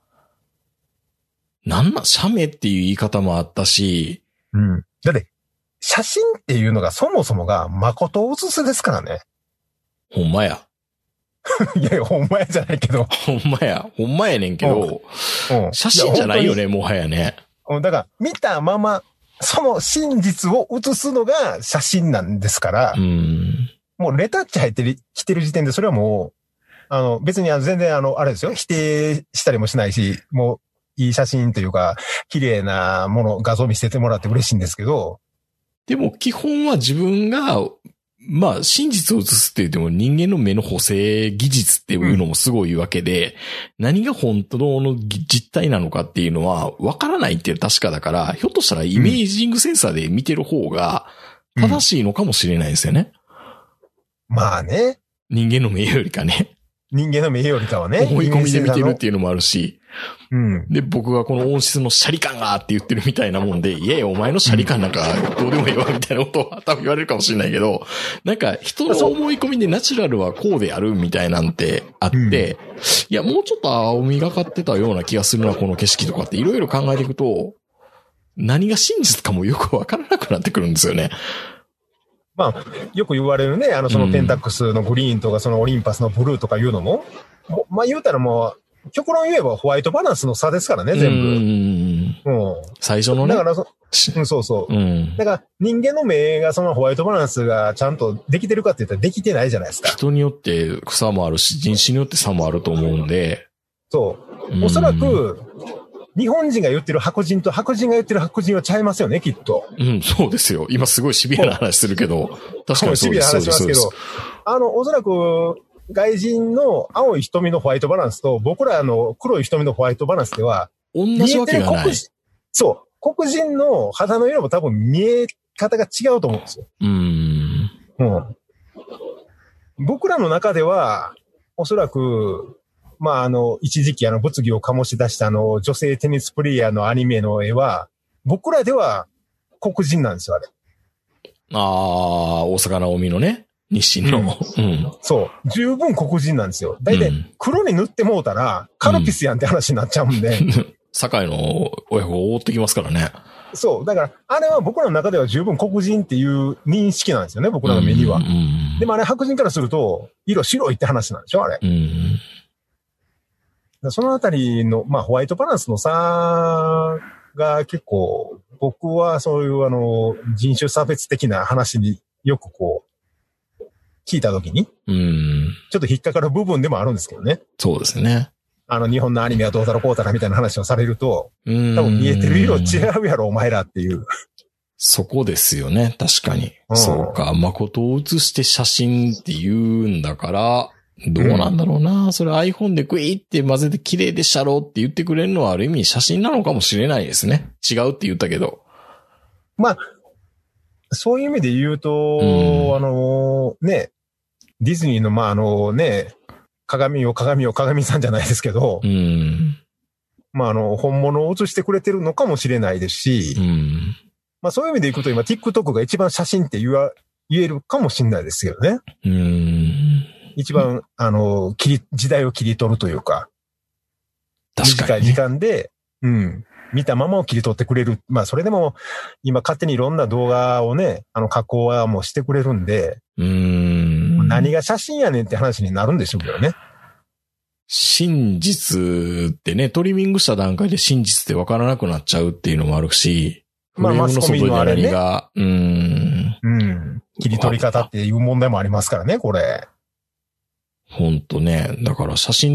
写メっていう言い方もあったし。 だって写真っていうのがそもそもが誠を写すですからね。 ほんまや。 いやいや、ほんまやじゃないけど。 ほんまやねんけど、写真じゃないよね、もはやね。 だから、見たまま、その真実を写すのが写真なんですから、もうレタッチ入ってきてる時点で、それはもう、別に全然あれですよ、否定したりもしないし、もう、いい写真というか、綺麗なもの、画像見せてもらって嬉しいんですけど。 でも、基本は自分が、まあ、真実を映すって言っても人間の目の補正技術っていうのもすごいわけで、何が本当の実態なのかっていうのは分からないっていう確かだから、ひょっとしたらイメージングセンサーで見てる方が正しいのかもしれないですよね。 まあね。 人間の目よりかね。 人間の目よりかはね。 思い込みで見てるっていうのもあるし。で、僕がこの音質のシャリ感がって言ってるみたいなもんで、いやいや、お前のシャリ感なんかどうでもいいわみたいなことは多分言われるかもしれないけど、なんか人の思い込みでナチュラルはこうであるみたいなんてあって、いや、もうちょっと青みがかってたような気がするな、この景色とかっていろいろ考えていくと、何が真実かもよくわからなくなってくるんですよね。 まあ、よく言われるね、そのペンタックスのグリーンとか、そのオリンパスのブルーとかいうのも、まあ言うたらもう、極論言えばホワイトバランスの差ですからね、全部。 最初のね。 だからそうそう。だから人間の目がそのホワイトバランスがちゃんとできてるかって言ったらできてないじゃないですか。 人によって差もあるし、人種によって差もあると思うんで。 そう。おそらく、日本人が言ってる白人と白人が言ってる白人はちゃいますよね、きっと。 そうですよ。今すごいシビアな話するけど、確かにそうです。 シビアな話しますけど、おそらく、外人の青い瞳のホワイトバランスと、僕らの黒い瞳のホワイトバランスでは、 同じわけがない。 そう。黒人の肌の色も多分見え方が違うと思うんですよ。僕らの中では、おそらく、まあ、一時期物議を醸し出した女性テニスプレイヤーのアニメの絵は、僕らでは黒人なんですよ、あれ。大阪直美のね、日清の。 そう。十分黒人なんですよ。だいたい黒に塗ってもうたら、カルピスやんって話になっちゃうんで。 堺の親子が覆ってきますからね。 そう。だから、あれは僕らの中では十分黒人っていう認識なんですよね、僕らの目には。でもあれ白人からすると、色白いって話なんでしょ、あれ。そのあたりの、まあ、ホワイトバランスの差が結構、僕はそういう人種差別的な話によくこう、聞いたときに、ちょっと引っかかる部分でもあるんですけどね。 そうですね。 日本のアニメはどうだろうこうだろうみたいな話をされると、多分見えてる色違うやろ、お前らっていう。 そこですよね、確かに。そうか、誠を写して写真って言うんだから、どうなんだろうな、それ iPhone でグイって混ぜて綺麗でしたろって言ってくれるのはある意味写真なのかもしれないですね。違うって言ったけど。 まあ、そういう意味で言うと、ね、ディズニーの、まあ鏡さんじゃないですけど、まあ本物を写してくれてるのかもしれないですし、まあそういう意味でいくと今 TikTok が一番写真って言えるかもしれないですけどね。一番、時代を切り取るというか、 確かにね、 短い時間でうん。見たままを切り取ってくれる。まあ、それでも、今勝手にいろんな動画をね、加工はもうしてくれるんで、何が写真やねんって話になるんでしょうけどね。 真実ってね、トリミングした段階で真実って分からなくなっちゃうっていうのもあるし、 まあ、マスコミのあれね。切り取り方っていう問題もありますからね、これ。 ほんとね。だから写真って、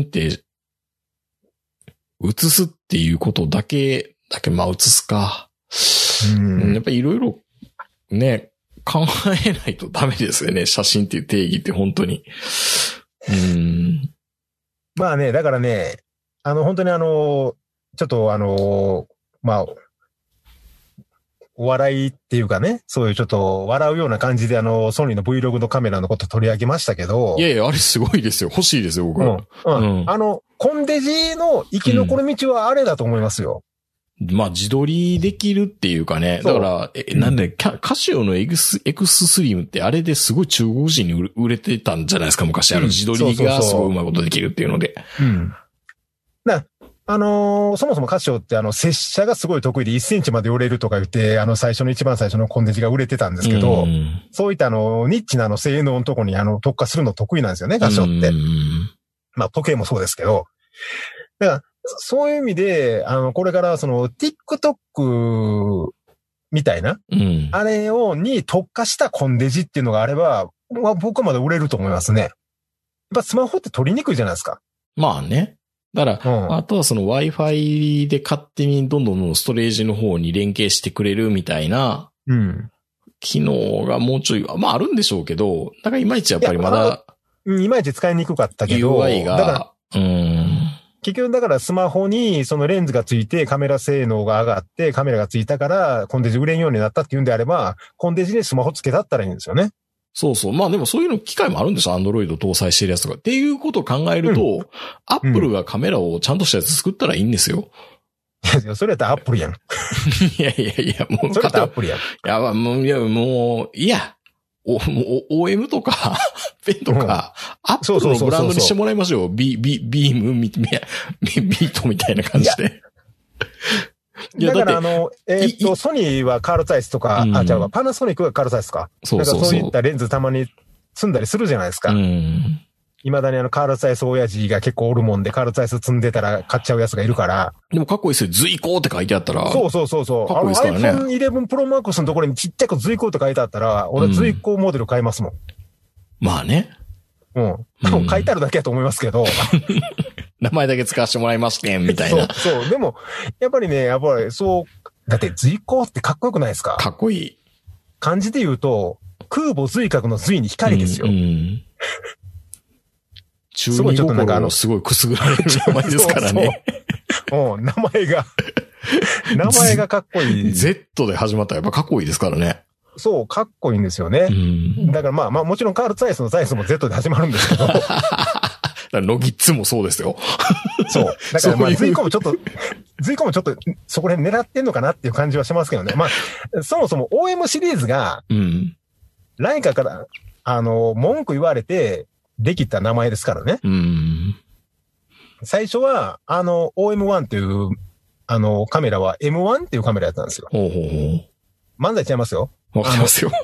写すっていうことだけ、まあ写すか。やっぱりいろいろね、考えないとダメですよね。写真っていう定義って本当に。 まあね、だからね、本当にちょっとまあ、お笑いっていうかね、そういうちょっと笑うような感じでソニーの Vlog のカメラのこと取り上げましたけど。 いやいや、あれすごいですよ。欲しいですよ、僕は。 コンデジの生き残る道はあれだと思いますよ。 まあ、自撮りできるっていうかね。だから、なんで、カシオのエクススリムってあれですごい中国人に売れてたんじゃないですか、昔。自撮りがすごいうまいことできるっていうので。 そもそもカシオって接写がすごい得意で1センチまで寄れるとか言って、一番最初のコンデジが売れてたんですけど、そういったニッチな性能のとこに特化するの得意なんですよね、カシオって。まあ、時計もそうですけど。だから、そういう意味で、これからTikTok みたいな、あれに特化したコンデジっていうのがあれば、僕はまだ売れると思いますね。やっぱスマホって取りにくいじゃないですか。 まあね。だから、あとはWi-Fi で勝手にどんどんストレージの方に連携してくれるみたいな、機能がもうちょい、まああるんでしょうけど、だからいまいちやっぱりまだ、 いまいち使いにくかったけど、 UI が、 結局だからスマホにそのレンズがついてカメラ性能が上がってカメラがついたからコンデジ売れんようになったっていうんであれば、コンデジにスマホつけたったらいいんですよね。そうそう。まあでもそういうの機械もあるんですよ。アンドロイド搭載してるやつとか。っていうことを考えると、アップルがカメラをちゃんとしたやつ作ったらいいんですよ。 いや、それやったらアップルやん。 いや、もう。 それやったらアップルやん。 いや、OM とか、ペンとか、アップルのブランドにしてもらいましょう。ビーム、ビートみたいな感じで。 だからソニーはカールサイズとか、パナソニックがカールサイズか。そういったレンズたまに積んだりするじゃないですか。未だにカールサイズ親父が結構おるもんで、カールサイズ積んでたら買っちゃうやつがいるから。 でもかっこいいですよ。随行って書いてあったら。 そう。 かっこいいですからね。 iPhone 11 Pro Max のところにちっちゃく随行って書いてあったら、俺随行モデル買いますもん。 まあね。 書いてあるだけだと思いますけど。 名前だけ使わせてもらいますね、みたいな。 そう。でも、やっぱりね、だって随行ってかっこよくないですか？ かっこいい。 漢字で言うと、空母随角の随に光ですよ。 中二心をすごいくすぐられる名前ですからね。 名前がかっこいい。 Z で始まったらやっぱかっこいいですからね。 そう、かっこいいんですよね。だからまあもちろんカールサイズのサイズも Z で始まるんですけど。 ノギッツもそうですよ。 そう。だからまあ随行もちょっとそこで狙ってんのかなっていう感じはしますけどね。まあ、そもそも OM シリーズが、ライカから、文句言われて、できた名前ですからね。最初は、OM1 っていう、カメラは M1 っていうカメラやったんですよ。漫才ちゃいますよ。 わかりますよ。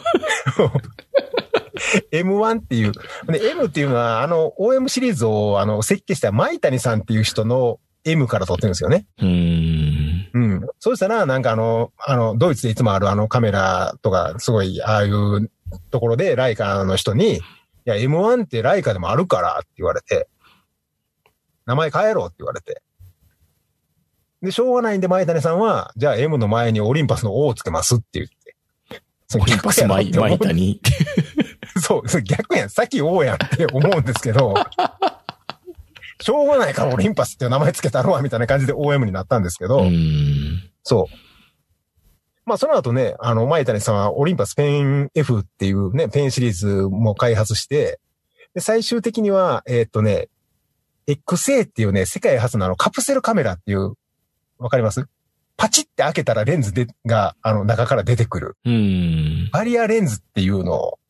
M1 っていう、M っていうのは、OM シリーズを、設計した舞谷さんっていう人の M から撮ってるんですよね。そうしたら、なんかドイツでいつもあるカメラとか、すごい、ああいうところで、ライカの人に、いや、M1 ってライカでもあるからって言われて、名前変えろって言われて。で、しょうがないんで、舞谷さんは、じゃあ M の前にオリンパスの O をつけますって言って。 オリンパス舞谷。 そう、逆やん。さっき O やんって思うんですけど、しょうがないからオリンパスっていう名前つけたろわ、みたいな感じで OM になったんですけど、そう。まあ、その後ね、舞谷さんはオリンパスペン F っていうね、ペンシリーズも開発して、で、最終的には、XA っていうね、世界初のカプセルカメラっていう、わかります？パチって開けたらレンズが、中から出てくる。バリアレンズっていうのを、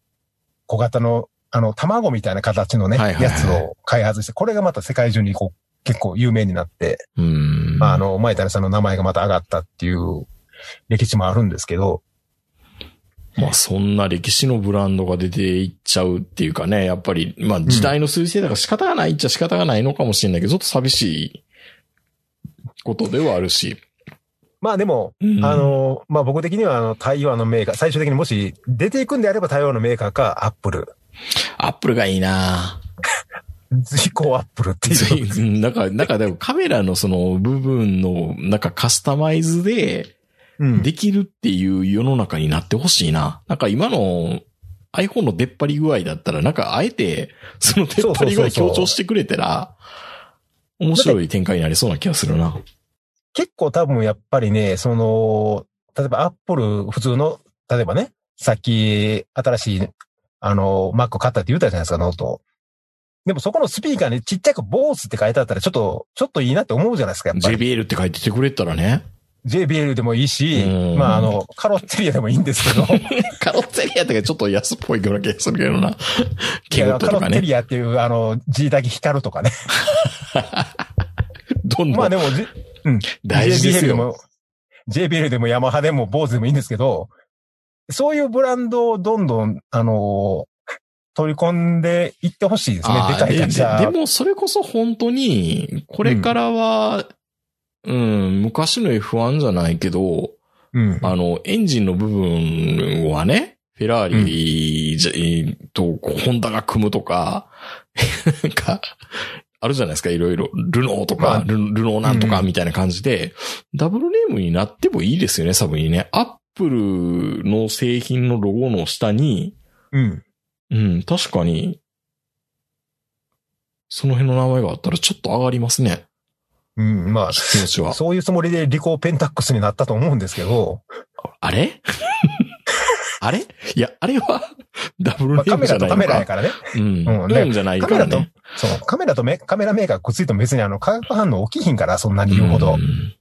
小型の、卵みたいな形のね、やつを開発して、これがまた世界中に結構有名になって、まあ前谷さんの名前がまた上がったっていう歴史もあるんですけど。 まあそんな歴史のブランドが出ていっちゃうっていうかね、やっぱり、まあ時代の趨勢だから仕方がないっちゃ仕方がないのかもしれないけど、ちょっと寂しいことではあるし。 まあでも、まあ僕的には台湾のメーカー、最終的にもし出ていくんであれば台湾のメーカーかアップル。 アップルがいいな随行アップルっていう。 なんかでもカメラのその部分のなんかカスタマイズでできるっていう世の中になってほしいな。なんか今の iPhone の出っ張り具合だったらなんかあえてその出っ張り具合強調してくれたら面白い展開になりそうな気がするな。 結構多分やっぱりね、例えばアップル普通の、例えばね、さっき新しいMac 買ったって言ったじゃないですか、ノート。でもそこのスピーカーにちっちゃくボースって書いてあったらちょっといいなって思うじゃないですか、やっぱり。 JBL って書いててくれたらね。 JBL でもいいし、まあカロッツェリアでもいいんですけど。 カロッツェリアってちょっと安っぽいような気がするけどな。 ケブットとかね。カロッツェリアっていうG だけ光るとかね。 どんどん。 まあでも、 大事ですよ。 JBL でもヤマハでも坊主でもいいんですけど、そういうブランドをどんどん、取り込んでいってほしいですね。でかい会社。 でもそれこそ本当に、これからは、昔の F1 じゃないけど、エンジンの部分はね、フェラーリとホンダが組むとか、なんか、あるじゃないですか、いろいろ。ルノーとか、ルノーなんとかみたいな感じで、ダブルネームになってもいいですよね、サブにね。アップルの製品のロゴの下に、確かに、その辺の名前があったらちょっと上がりますね。 まあ、 気持ちは。 そういうつもりでリコーペンタックスになったと思うんですけど。 あれあれいや、あれは、ダブルネームじゃないのか。 カメラやからね。 ネームじゃないからね。 カメラメーカーくっついても別に化学反応起きひんから、そんなに言うほど。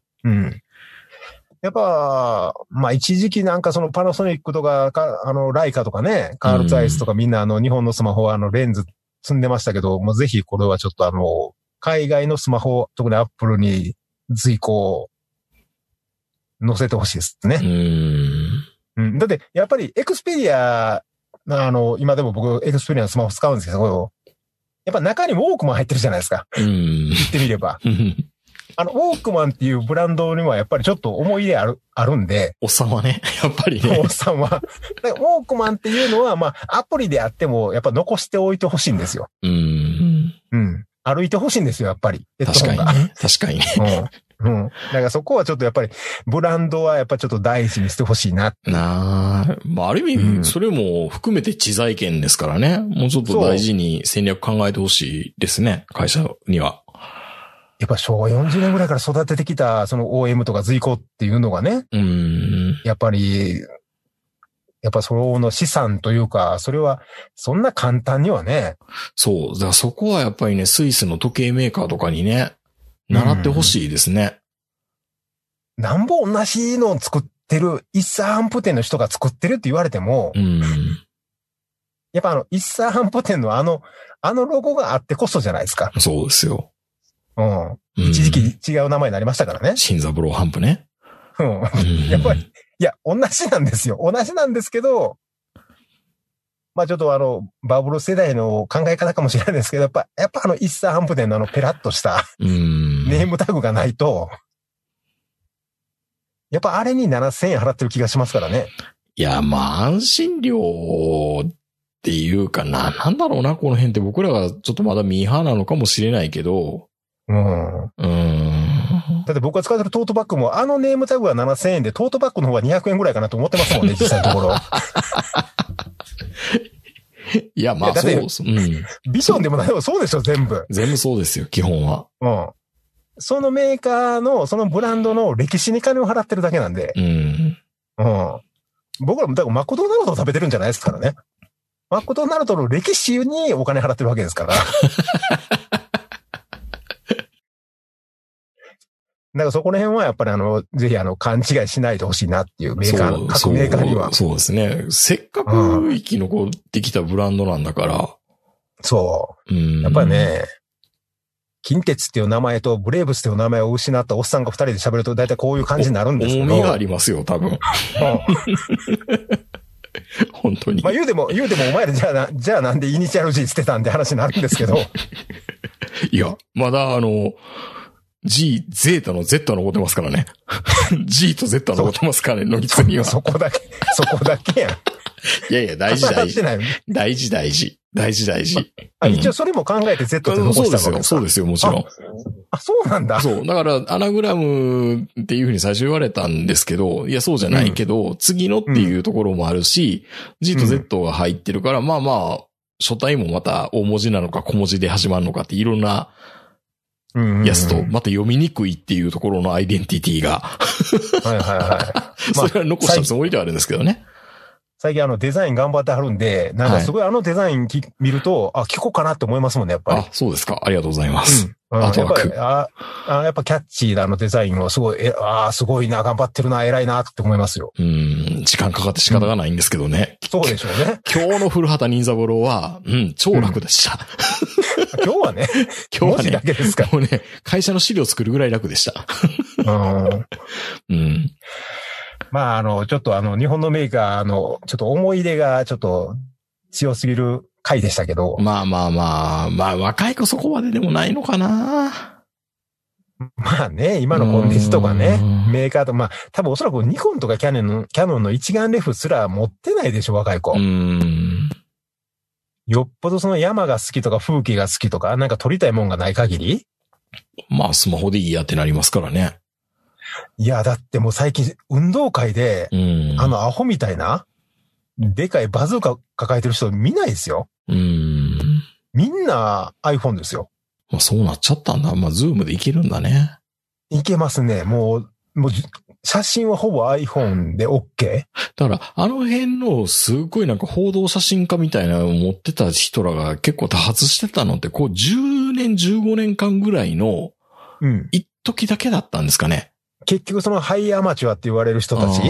やっぱ、まあ一時期なんかそのパナソニックとか、ライカとかね、カールツアイスとかみんな日本のスマホはレンズ積んでましたけど、もうぜひこれはちょっと海外のスマホ、特にアップルに随行載せてほしいですね。だって、やっぱりエクスペリア、今でも僕エクスペリアのスマホ使うんですけど、やっぱ中にウォークマン入ってるじゃないですか。言ってみれば。ウォークマンっていうブランドにはやっぱりちょっと思い入れあるんで。 おっさんはね、やっぱりね。 おっさんは。ウォークマンっていうのは、まあ、アプリであっても、やっぱ残しておいてほしいんですよ。歩いてほしいんですよ、やっぱり。 確かにね。確かにね。 だからそこはちょっとやっぱり、ブランドはやっぱりちょっと大事にしてほしいな。 まあ、ある意味、それも含めて知財権ですからね。もうちょっと大事に戦略考えてほしいですね、会社には。 やっぱ昭和40年ぐらいから育ててきた、その OM とか随行っていうのがね。やっぱその資産というか、それは、そんな簡単にはね。 そう。だからそこはやっぱりね、スイスの時計メーカーとかにね、習ってほしいですね。 なんぼ同じのを作ってる、イッサーハンプ店の人が作ってるって言われても、やっぱイッサーハンプ店のあのロゴがあってこそじゃないですか。 そうですよ。 一時期違う名前になりましたからね。 新三郎ハンプね。 やっぱり、いや、同じなんですよ。同じなんですけど、まあちょっとバブル世代の考え方かもしれないですけど、やっぱイッサーハンプ店のペラッとしたネームタグがないと、やっぱあれに7000円払ってる気がしますからね。 いや、まあ安心料っていうかなんだろうな、この辺って僕らがちょっとまだミーハーなのかもしれないけど、だって僕が使ってるトートバッグもネームタグは7000円でトートバッグの方が200円ぐらいかなと思ってますもんね、実際のところ。 いや、まあそうです。 ビジョンでも何でもそうでしょ、全部。 全部そうですよ、基本は。 そのメーカーの、そのブランドの歴史に金を払ってるだけなんで。僕らも、だからマクドナルドを食べてるんじゃないですからね。マクドナルドの歴史にお金払ってるわけですから。だからそこら辺はやっぱりぜひ勘違いしないでほしいなっていうメーカー、各メーカーには。 そうですね。せっかく生き残ってきたブランドなんだから。 そう。やっぱりね、 近鉄っていう名前とブレーブスっていう名前を失ったおっさんが二人で喋ると大体こういう感じになるんですけど。 重みがありますよ、多分。本当に。 まあ言うてもお前らじゃあなんでイニシャル G 捨てたんって話になるんですけど。 いや、まだG、ゼータの Z は残ってますからね。G と Z は残ってますからね、ノギツには。 そこだけやん。 いやいや、大事。 一応それも考えて Z って残したわけですか？ そうですよ、もちろん。 そうなんだ。 そう。だから、アナグラムっていうふうに最初言われたんですけど、いや、そうじゃないけど、次のっていうところもあるし、G と Z が入ってるから、まあまあ、書体もまた大文字なのか小文字で始まるのかっていろんな、やつと、また読みにくいっていうところのアイデンティティが。それは残したつもりではあるんですけどね。 最近デザイン頑張ってはるんで、なんかすごいデザイン見ると、聞こうかなって思いますもんね、やっぱり。 そうですか。ありがとうございます。 やっぱキャッチーなデザインをすごい、すごいな、頑張ってるな、偉いなって思いますよ。 時間かかって仕方がないんですけどね。 そうでしょうね。 今日の古畑任三郎は、超楽でした。 今日はね。 今日はね。 だけですか。 もうね、会社の資料作るぐらい楽でした。 まあ、ちょっと日本のメーカーちょっと思い出がちょっと強すぎる回でしたけど。 まあ、若い子そこまででもないのかな。 まあね、今のコンテンツとかね、メーカーと、まあ、多分おそらくニコンとかキャノンの一眼レフすら持ってないでしょ、若い子。よっぽどその山が好きとか風景が好きとか、なんか撮りたいもんがない限り。 まあ、スマホでいいやってなりますからね。 いや、だってもう最近運動会で、アホみたいな、でかいバズーカ抱えてる人見ないですよ。みんな iPhone ですよ。 まあそうなっちゃったんだ。まあズームでいけるんだね。 いけますね。もう写真はほぼ iPhone で OK？ だから、辺のすごいなんか報道写真家みたいなのを持ってた人らが結構多発してたのって、こう10年、15年間ぐらいの、一時だけだったんですかね。 結局そのハイアマチュアって言われる人たち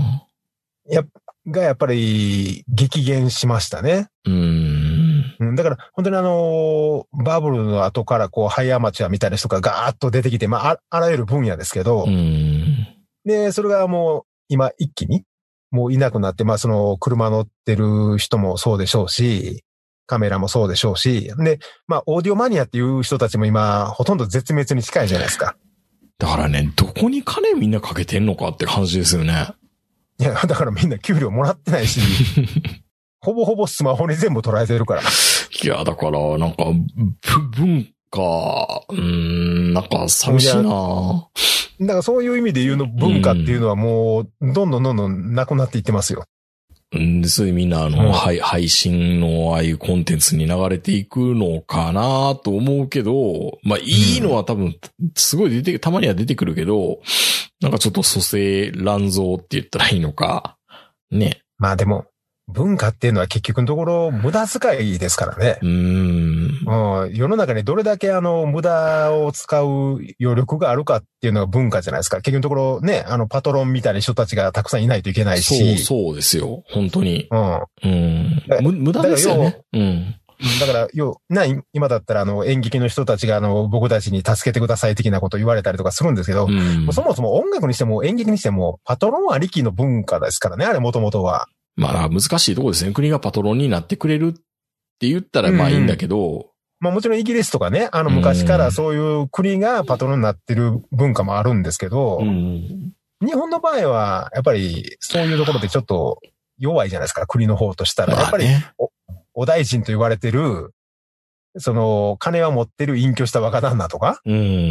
がやっぱり激減しましたね。だから本当にバブルの後からこうハイアマチュアみたいな人がガーッと出てきて、まあ、あらゆる分野ですけど、で、それがもう今一気にもういなくなって、まあその車乗ってる人もそうでしょうし、カメラもそうでしょうし、で、まあオーディオマニアっていう人たちも今ほとんど絶滅に近いじゃないですか。 だからね、どこに金みんなかけてんのかって感じですよね。 いや、だからみんな給料もらってないし、ほぼほぼスマホに全部捉えてるから。 いや、だから、なんか、文化、なんか寂しいな。 だからそういう意味で言うの文化っていうのはもう、どんどんなくなっていってますよ。 そういうみんな配信のああいうコンテンツに流れていくのかなと思うけど、まあいいのは多分すごいたまには出てくるけど、なんかちょっと蘇生乱造って言ったらいいのか、ね。 まあでも、文化っていうのは結局のところ無駄遣いですからね。世の中にどれだけ無駄を使う余力があるかっていうのが文化じゃないですか。結局のところね、パトロンみたいな人たちがたくさんいないといけないし。 そうですよ。本当に。無駄ですよね。 だから、今だったら演劇の人たちが僕たちに助けてください的なことを言われたりとかするんですけど、そもそも音楽にしても演劇にしてもパトロンありきの文化ですからね、あれもともとは。 まあ難しいところですね。国がパトロンになってくれるって言ったらまあいいんだけど。 まあもちろんイギリスとかね、昔からそういう国がパトロンになってる文化もあるんですけど、日本の場合はやっぱりそういうところでちょっと弱いじゃないですか、国の方としたら。やっぱりお大臣と言われてる、金は持ってる隠居した若旦那とか、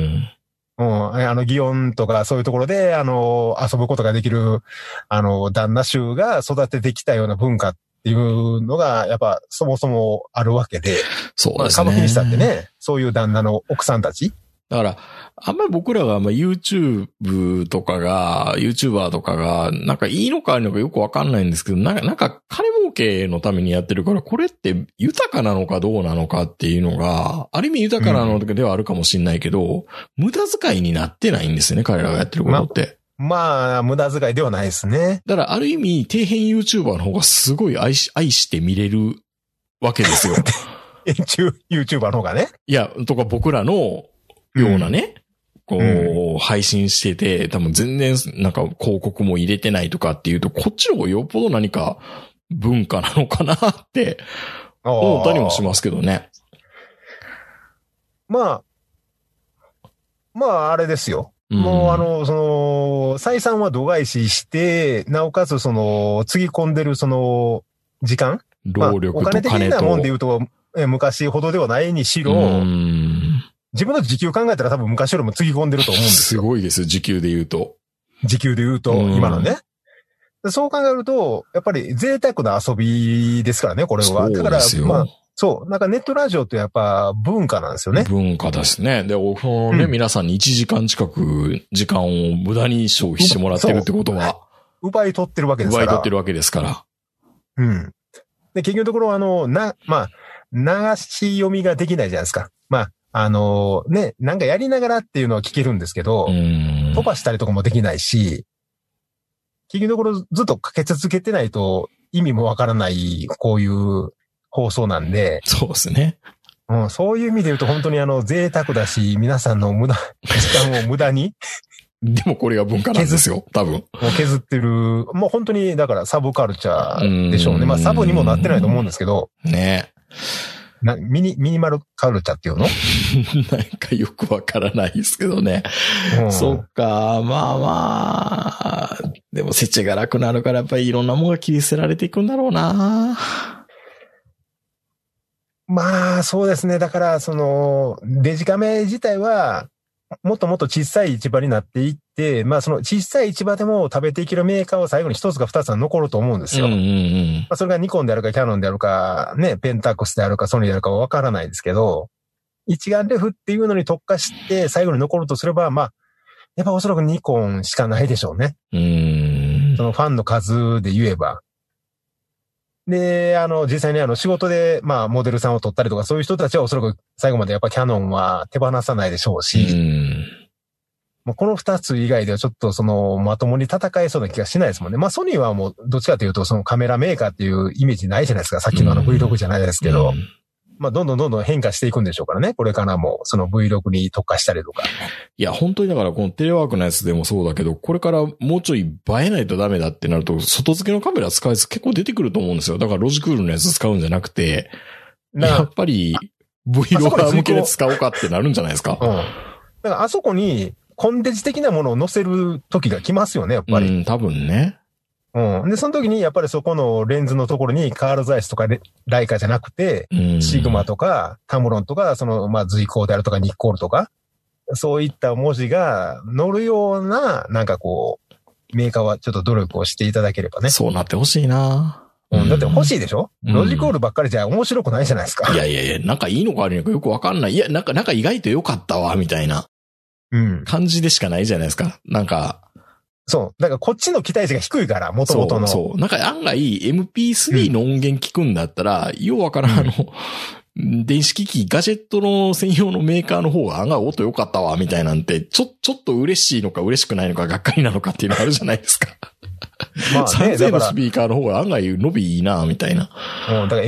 祇園とかそういうところで、遊ぶことができる、旦那衆が育ててきたような文化っていうのが、やっぱそもそもあるわけで。 そうですね。 歌舞伎にしたってね、そういう旦那の奥さんたち。 だから、あんまり僕らがYouTube とかが、YouTuber とかが、なんかいいのか悪いのかよくわかんないんですけど、なんか金儲けのためにやってるから、これって豊かなのかどうなのかっていうのが、ある意味豊かなのではあるかもしれないけど、無駄遣いになってないんですよね、彼らがやってることって。まあ、無駄遣いではないですね。 だからある意味、底辺 YouTuber の方がすごい愛して見れるわけですよ。 YouTuber の方がね。 いや、とか僕らのようなね、こう、配信してて、多分全然なんか広告も入れてないとかっていうと、こっちの方がよっぽど何か文化なのかなって思ったりもしますけどね。 まあ、あれですよ。もう採算は度外視して、なおかつつぎ込んでる時間労力と金と。 お金的なもんで言うと、昔ほどではないにしろ、自分の時給考えたら多分昔よりもつぎ込んでると思うんですよ。 すごいですよ、時給で言うと。 時給で言うと、今のね。そう考えると、やっぱり贅沢な遊びですからね、これは。 そうですよ。 だから、そう。なんかネットラジオってやっぱ文化なんですよね。 文化ですね。で、皆さんに1時間近く時間を無駄に消費してもらってるってことは。 奪い取ってるわけですから。 奪い取ってるわけですから。 うん。で、結局のところ流し読みができないじゃないですか。なんかやりながらっていうのは聞けるんですけど、飛ばしたりとかもできないし、結局のところずっとかけ続けてないと意味もわからない、こういう放送なんで。 そうですね。 そういう意味で言うと本当に贅沢だし、皆さんの時間を無駄に。 でもこれが文化なんですよ、多分。 もう削ってる。もう本当に、だからサブカルチャーでしょうね。サブにもなってないと思うんですけど。 ね。 ミニマルカルチャーっていうのなんかよくわからないですけどね。そっか、でも設置が楽になるからやっぱりいろんなものが切り捨てられていくんだろうな。 そうですね。だから、デジカメ自体は、もっともっと小さい市場になっていって、その小さい市場でも食べていけるメーカーは最後に一つか二つは残ると思うんですよ。それがニコンであるかキャノンであるか、ね、ペンタックスであるかソニーであるかはわからないですけど、一眼レフっていうのに特化して最後に残るとすれば、やっぱおそらくニコンしかないでしょうね。そのファンの数で言えば。で、実際に仕事で、モデルさんを取ったりとか、そういう人たちはおそらく最後までやっぱキャノンは手放さないでしょうし、もうこの二つ以外ではちょっとまともに戦えそうな気がしないですもんね。ソニーはもうどっちかというとカメラメーカーっていうイメージないじゃないですか。さっきのVlog じゃないですけど。どんどん変化していくんでしょうからね。これからも、Vlog に特化したりとか。 いや、本当にだからこのテレワークのやつでもそうだけど、これからもうちょい映えないとダメだってなると、外付けのカメラ使うやつ結構出てくると思うんですよ。だからロジクールのやつ使うんじゃなくて、やっぱり Vlogger 向けで使おうかってなるんじゃないですか。 だからあそこにコンテンツ的なものを載せる時が来ますよね、やっぱり。 多分ね。 で、その時にやっぱりそこのレンズのところにカールザイスとかライカじゃなくて、シグマとかタムロンとか、ズイコーであるとかニッコールとか、そういった文字が載るような、なんかこう、メーカーはちょっと努力をしていただければね。 そうなってほしいな。 だって欲しいでしょ、ロジコールばっかりじゃ面白くないじゃないですか。 いや、なんかいいのか悪いのかよくわかんない。いや、なんか意外と良かったわ、みたいな。感じでしかないじゃないですか。なんか。 そう。だからこっちの期待値が低いから、元々の。 そう。なんか案外 MP3 の音源聞くんだったら、要はから電子機器、ガジェットの専用のメーカーの方が案外音良かったわ、みたいなんて、ちょっと嬉しいのか嬉しくないのか、がっかりなのかっていうのあるじゃないですか。3000のスピーカーの方が案外伸びいいな、みたいな。 だから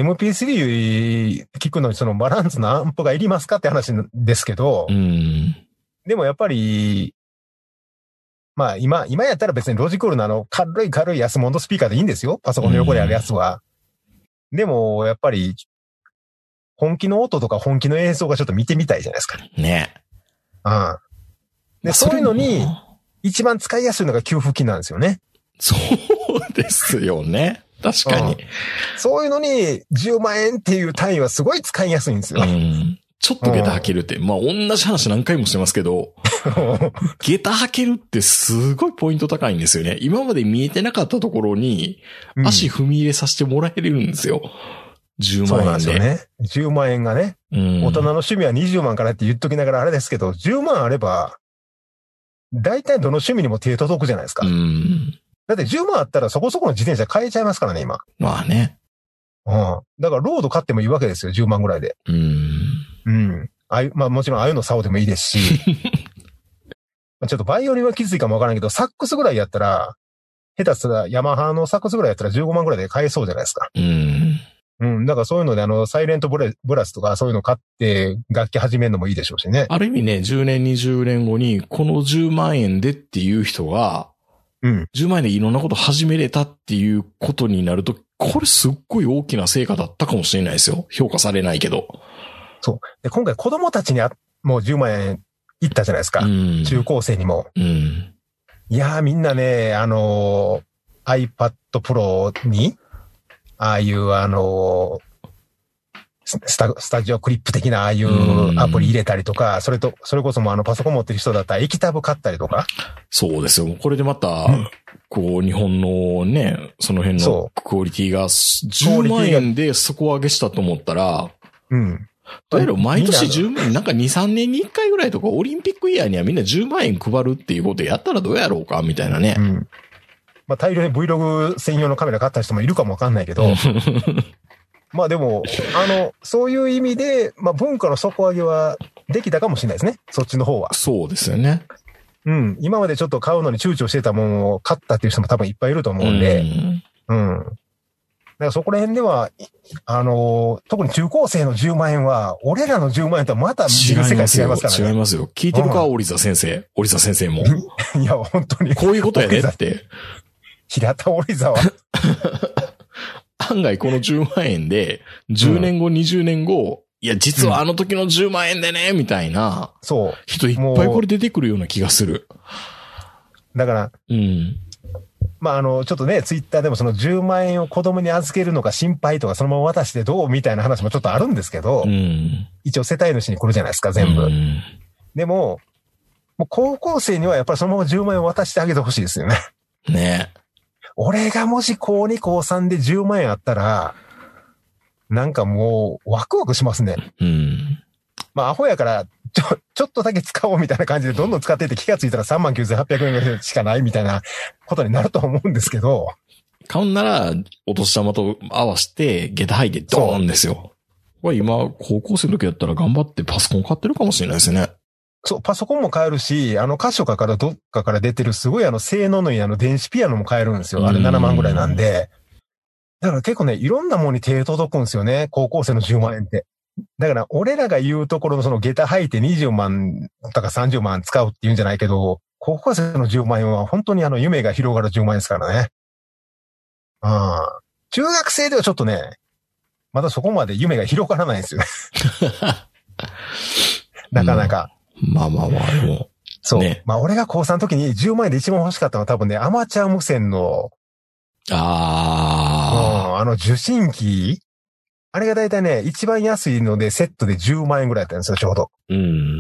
MP3 聞くのにバランスのアンプがいりますかって話ですけど、でもやっぱり、今やったら別にロジクールの軽い安物スピーカーでいいんですよ。パソコンの横にあるやつは。でも、やっぱり、本気の音とか本気の映像がちょっと見てみたいじゃないですか。 ね。 で、そういうのに、一番使いやすいのが給付金なんですよね。 そうですよね。確かに。 そういうのに、10万円っていう単位はすごい使いやすいんですよ。 ちょっと下駄履けるって。同じ話何回もしてますけど、下駄履けるってすごいポイント高いんですよね。今まで見えてなかったところに、足踏み入れさせてもらえるんですよ。10万円で。 そうなんですよね。10万円がね。大人の趣味は20万からって言っときながらあれですけど、10万あれば、大体どの趣味にも手届くじゃないですか。だって10万あったらそこそこの自転車買えちゃいますからね、今。 ね。 だからロード買ってもいいわけですよ、10万ぐらいで。もちろんああいうの竿でもいいですし。ちょっとバイオリンはきついかもわからないけど、サックスぐらいやったら、下手したらヤマハのサックスぐらいやったら15万ぐらいで買えそうじゃないですか。 うん。だからそういうので、サイレントブラスとかそういうの買って楽器始めるのもいいでしょうしね。 ある意味ね、10年、20年後に、この10万円でっていう人が、 うん。 10万円でいろんなこと始めれたっていうことになると、これすっごい大きな成果だったかもしれないですよ。評価されないけど。 そう。で、今回子供たちにもう10万円いったじゃないですか。中高生にも。 うん。 いやーみんなね、iPad Pro に、ああいうスタジオクリップ的なああいうアプリ入れたりとか、それこそもパソコン持ってる人だったら液タブ買ったりとか。 そうですよ。これでまた、こう、日本のね、その辺のクオリティが10万円で底上げしたと思ったら、 うん。 どうやら毎年10万、なんか2、3年に1回ぐらいとかオリンピックイヤーにはみんな10万円配るっていうことやったらどうやろうかみたいなね。 うん。まあ大量に Vlog 専用のカメラ買った人もいるかもわかんないけど。まあでも、そういう意味で、まあ文化の底上げはできたかもしれないですね。そっちの方は。 そうですよね。 うん。今までちょっと買うのに躊躇してたものを買ったっていう人も多分いっぱいいると思うんで。うん。だからそこら辺では、特に中高生の10万円は、俺らの10万円とはまた世界違いますからね。 違いますよ。聞いてるか、織座先生。織座先生も。 いや、本当に。 こういうことやねって。 平田織座は。 案外この10万円で、10年後、20年後、いや、実はあの時の10万円でね、みたいな。そう。人いっぱいこれ出てくるような気がする。 だから、うん。まあ、ちょっとね、ツイッターでもその10万円を子供に預けるのが心配とか、そのまま渡してどうみたいな話もちょっとあるんですけど、うん、一応世帯主に来るじゃないですか、全部。うん、でもう高校生にはやっぱりそのまま10万円を渡してあげてほしいですよね。 ね。 俺がもし高2高3で10万円あったら、なんかもうワクワクしますね。うん。まあ、アホやから、ちょっとだけ使おうみたいな感じでどんどん使っていって気がついたら39,800円しかないみたいなことになると思うんですけど。 買うんなら、お年玉と合わせて、下駄履いてドーンですよ。これ今、高校生の時やったら頑張ってパソコン買ってるかもしれないですね。 そう、パソコンも買えるし、カシオカからどっかから出てるすごい性能のいい電子ピアノも買えるんですよ。あれ7万ぐらいなんで。だから結構ね、いろんなものに手届くんですよね。高校生の10万円って。だから、俺らが言うところのその下駄履いて20万とか30万使うっていうんじゃないけど、高校生の10万円は本当に夢が広がる10万円ですからね。中学生ではちょっとね、まだそこまで夢が広がらないんですよね。なかなか。 まあまあまあ、でも。 そう。ね、まあ俺が高3の時に10万円で一番欲しかったのは多分ね、アマチュア無線の、受信機あれがだいたいね、一番安いのでセットで10万円ぐらいだったんですよ、ちょうど。うん。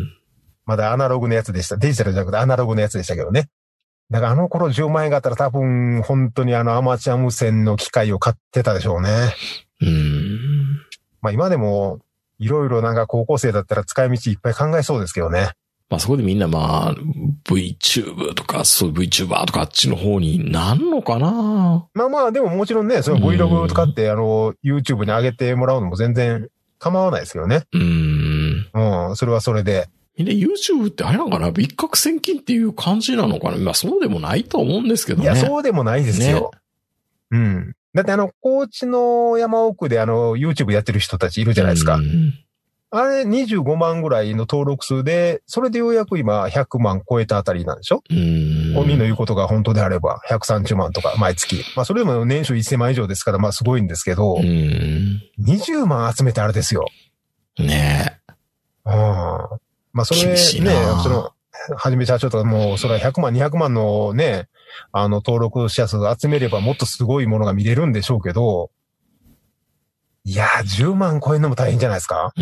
まだアナログのやつでした。デジタルじゃなくてアナログのやつでしたけどね。だから頃10万円があったら多分、本当にアマチュア無線の機械を買ってたでしょうね。まあ今でも、いろいろなんか高校生だったら使い道いっぱい考えそうですけどね。 まあそこでみんなまあ、VTube とか、そういう VTuber とかあっちの方になんのかな。 まあまあ、でももちろんね、その Vlog とかってYouTube に上げてもらうのも全然構わないですけどね。うん、それはそれで。 みんな YouTube ってあれなのかな、一攫千金っていう感じなのかな。まあそうでもないと思うんですけどね。 いや、そうでもないですよ。ね、うん。だって高知の山奥でYouTube やってる人たちいるじゃないですか。あれ25万ぐらいの登録数で、それでようやく今100万超えたあたりなんでしょ？本人の言うことが本当であれば130万とか毎月。まあそれでも年収1000万以上ですからまあすごいんですけど、20万集めてあれですよ。 ねえ。 まあそれね、はじめ社長とかもうそれは100万200万のね、登録者数集めればもっとすごいものが見れるんでしょうけど、いやー、10万超えるのも大変じゃないですか？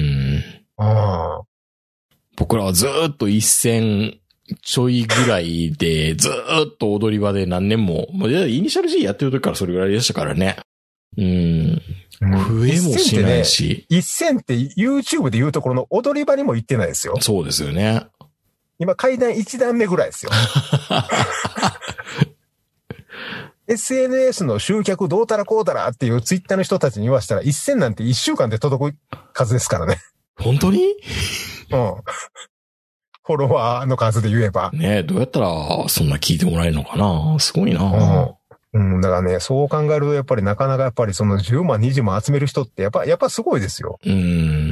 僕らはずーっと1000ちょいぐらいで、ずーっと踊り場で何年も、イニシャル G やってる時からそれぐらいでしたからね。増えもしないし。 1000って YouTube で言うところの踊り場にも行ってないですよ。 そうですよね。 今階段1段目ぐらいですよ。SNS の集客どうたらこうたらっていうツイッターの人たちに言わしたら1000なんて1週間で届く数ですからね。 本当に？ フォロワーの数で言えば。 ねえ、どうやったらそんな聞いてもらえるのかな？すごいな。 うん、だからね、そう考えると、やっぱりなかなかやっぱりその10万、20万集める人ってやっぱすごいですよ。うん、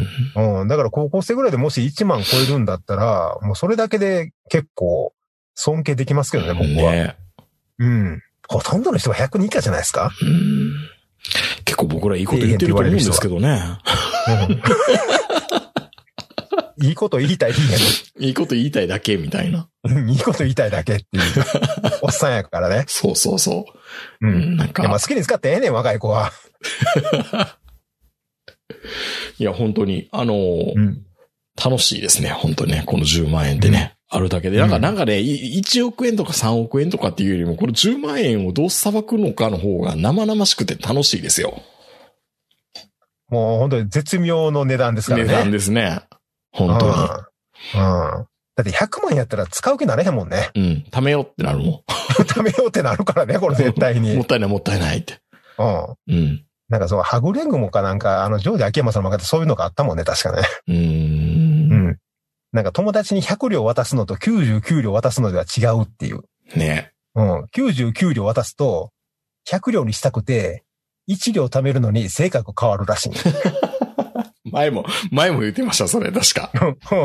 だから高校生ぐらいでもし1万超えるんだったら、もうそれだけで結構尊敬できますけどね、僕は。ね、うん。ほとんどの人は100人以下じゃないですか。 結構僕らいいこと言ってると思うんですけどね。 いいこと言いたいいいこと言いたいだけみたいな。 いいこと言いたいだけっていう。おっさんやからね。 そうそうそう。 うん。なんか。いや、まあ好きに使ってええねん、若い子は。 いや、本当に、楽しいですね、本当にね。この10万円ってね。あるだけで。なんかね、1億円とか3億円とかっていうよりも、この10万円をどうさばくのかの方が生々しくて楽しいですよ。 もう本当に絶妙の値段ですからね。 値段ですね。本当に。 だって100万やったら使う気なれへんもんね。 うん。貯めようってなるもん。 貯めようってなるからね、これ絶対に。 もったいないもったいないって。うん。 なんかその、はぐれんぐもかなんか、ジョージ秋山さんの中でそういうのがあったもんね、確かね。うん。なんか友達に100両渡すのと99両渡すのでは違うっていう。 ね。 99両渡すと、100両にしたくて、1両貯めるのに性格変わるらしい。 前も言ってました、それ、確か。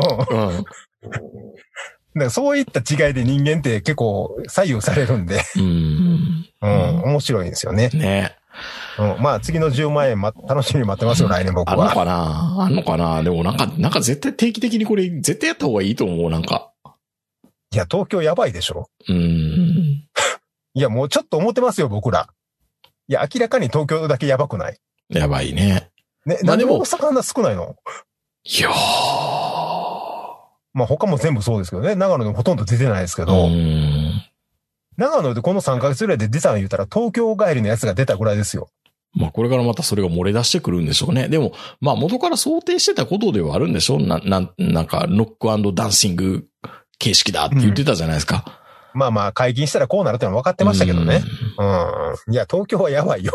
なんかそういった違いで人間って結構左右されるんで。面白いんですよね。 ね。 まあ次の10万円楽しみに待ってますよ、来年僕は。 あんのかなでもなんか絶対定期的にこれ絶対やった方がいいと思う、なんか。 いや、東京やばいでしょ。いや、もうちょっと思ってますよ、僕ら。いや、明らかに東京だけやばくない？ やばいね。 ね、なんで大阪あんな少ないの？ いやー。 まあ他も全部そうですけどね。長野でもほとんど出てないですけど。長野でこの3ヶ月ぐらいで出たの言うたら東京帰りのやつが出たぐらいですよ。 まあこれからまたそれが漏れ出してくるんでしょうね。でも、まあ元から想定してたことではあるんでしょう。なんかロック&ダンシング形式だって言ってたじゃないですか。 まあまあ解禁したらこうなるってのは分かってましたけどね。いや、東京はやばいよ。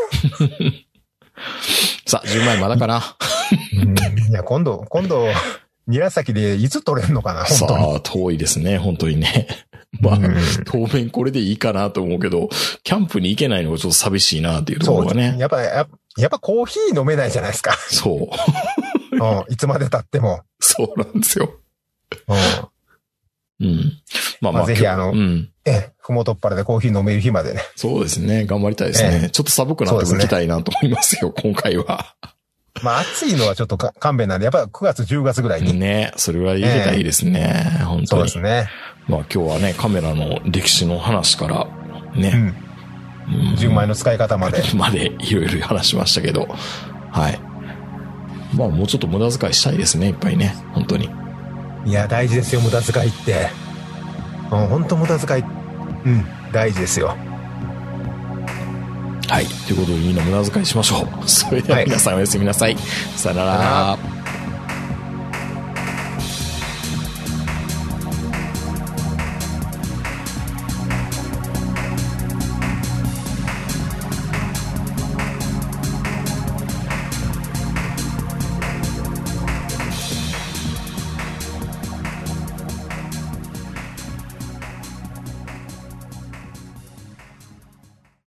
さあ、10万円まだかな。 いや、今度、韮崎でいつ取れるのかな、本当に。 さあ、遠いですね、本当にね。まあ、当面これでいいかなと思うけど、キャンプに行けないのがちょっと寂しいなっていうところがね。 やっぱコーヒー飲めないじゃないですか。 そう。 いつまで経っても。 そうなんですよ。 まあぜひふもとっぱらでコーヒー飲める日までね。 そうですね。頑張りたいですね。ちょっと寒くなっても行きたいなと思いますよ、今回は。 まあ暑いのはちょっと勘弁なんで、やっぱり9月、10月ぐらいに。 ね、それは言えたらいいですね。本当に。 そうですね。 まあ今日はね、カメラの歴史の話から、ね。 10万円の使い方まで。 いろいろ話しましたけど。はい。まあもうちょっと無駄遣いしたいですね、いっぱいね。本当に。 いや、大事ですよ、無駄遣いって。本当無駄遣い、大事ですよ。 はい。ということでみんな無駄遣いしましょう。それでは皆さんおやすみなさい。さよなら。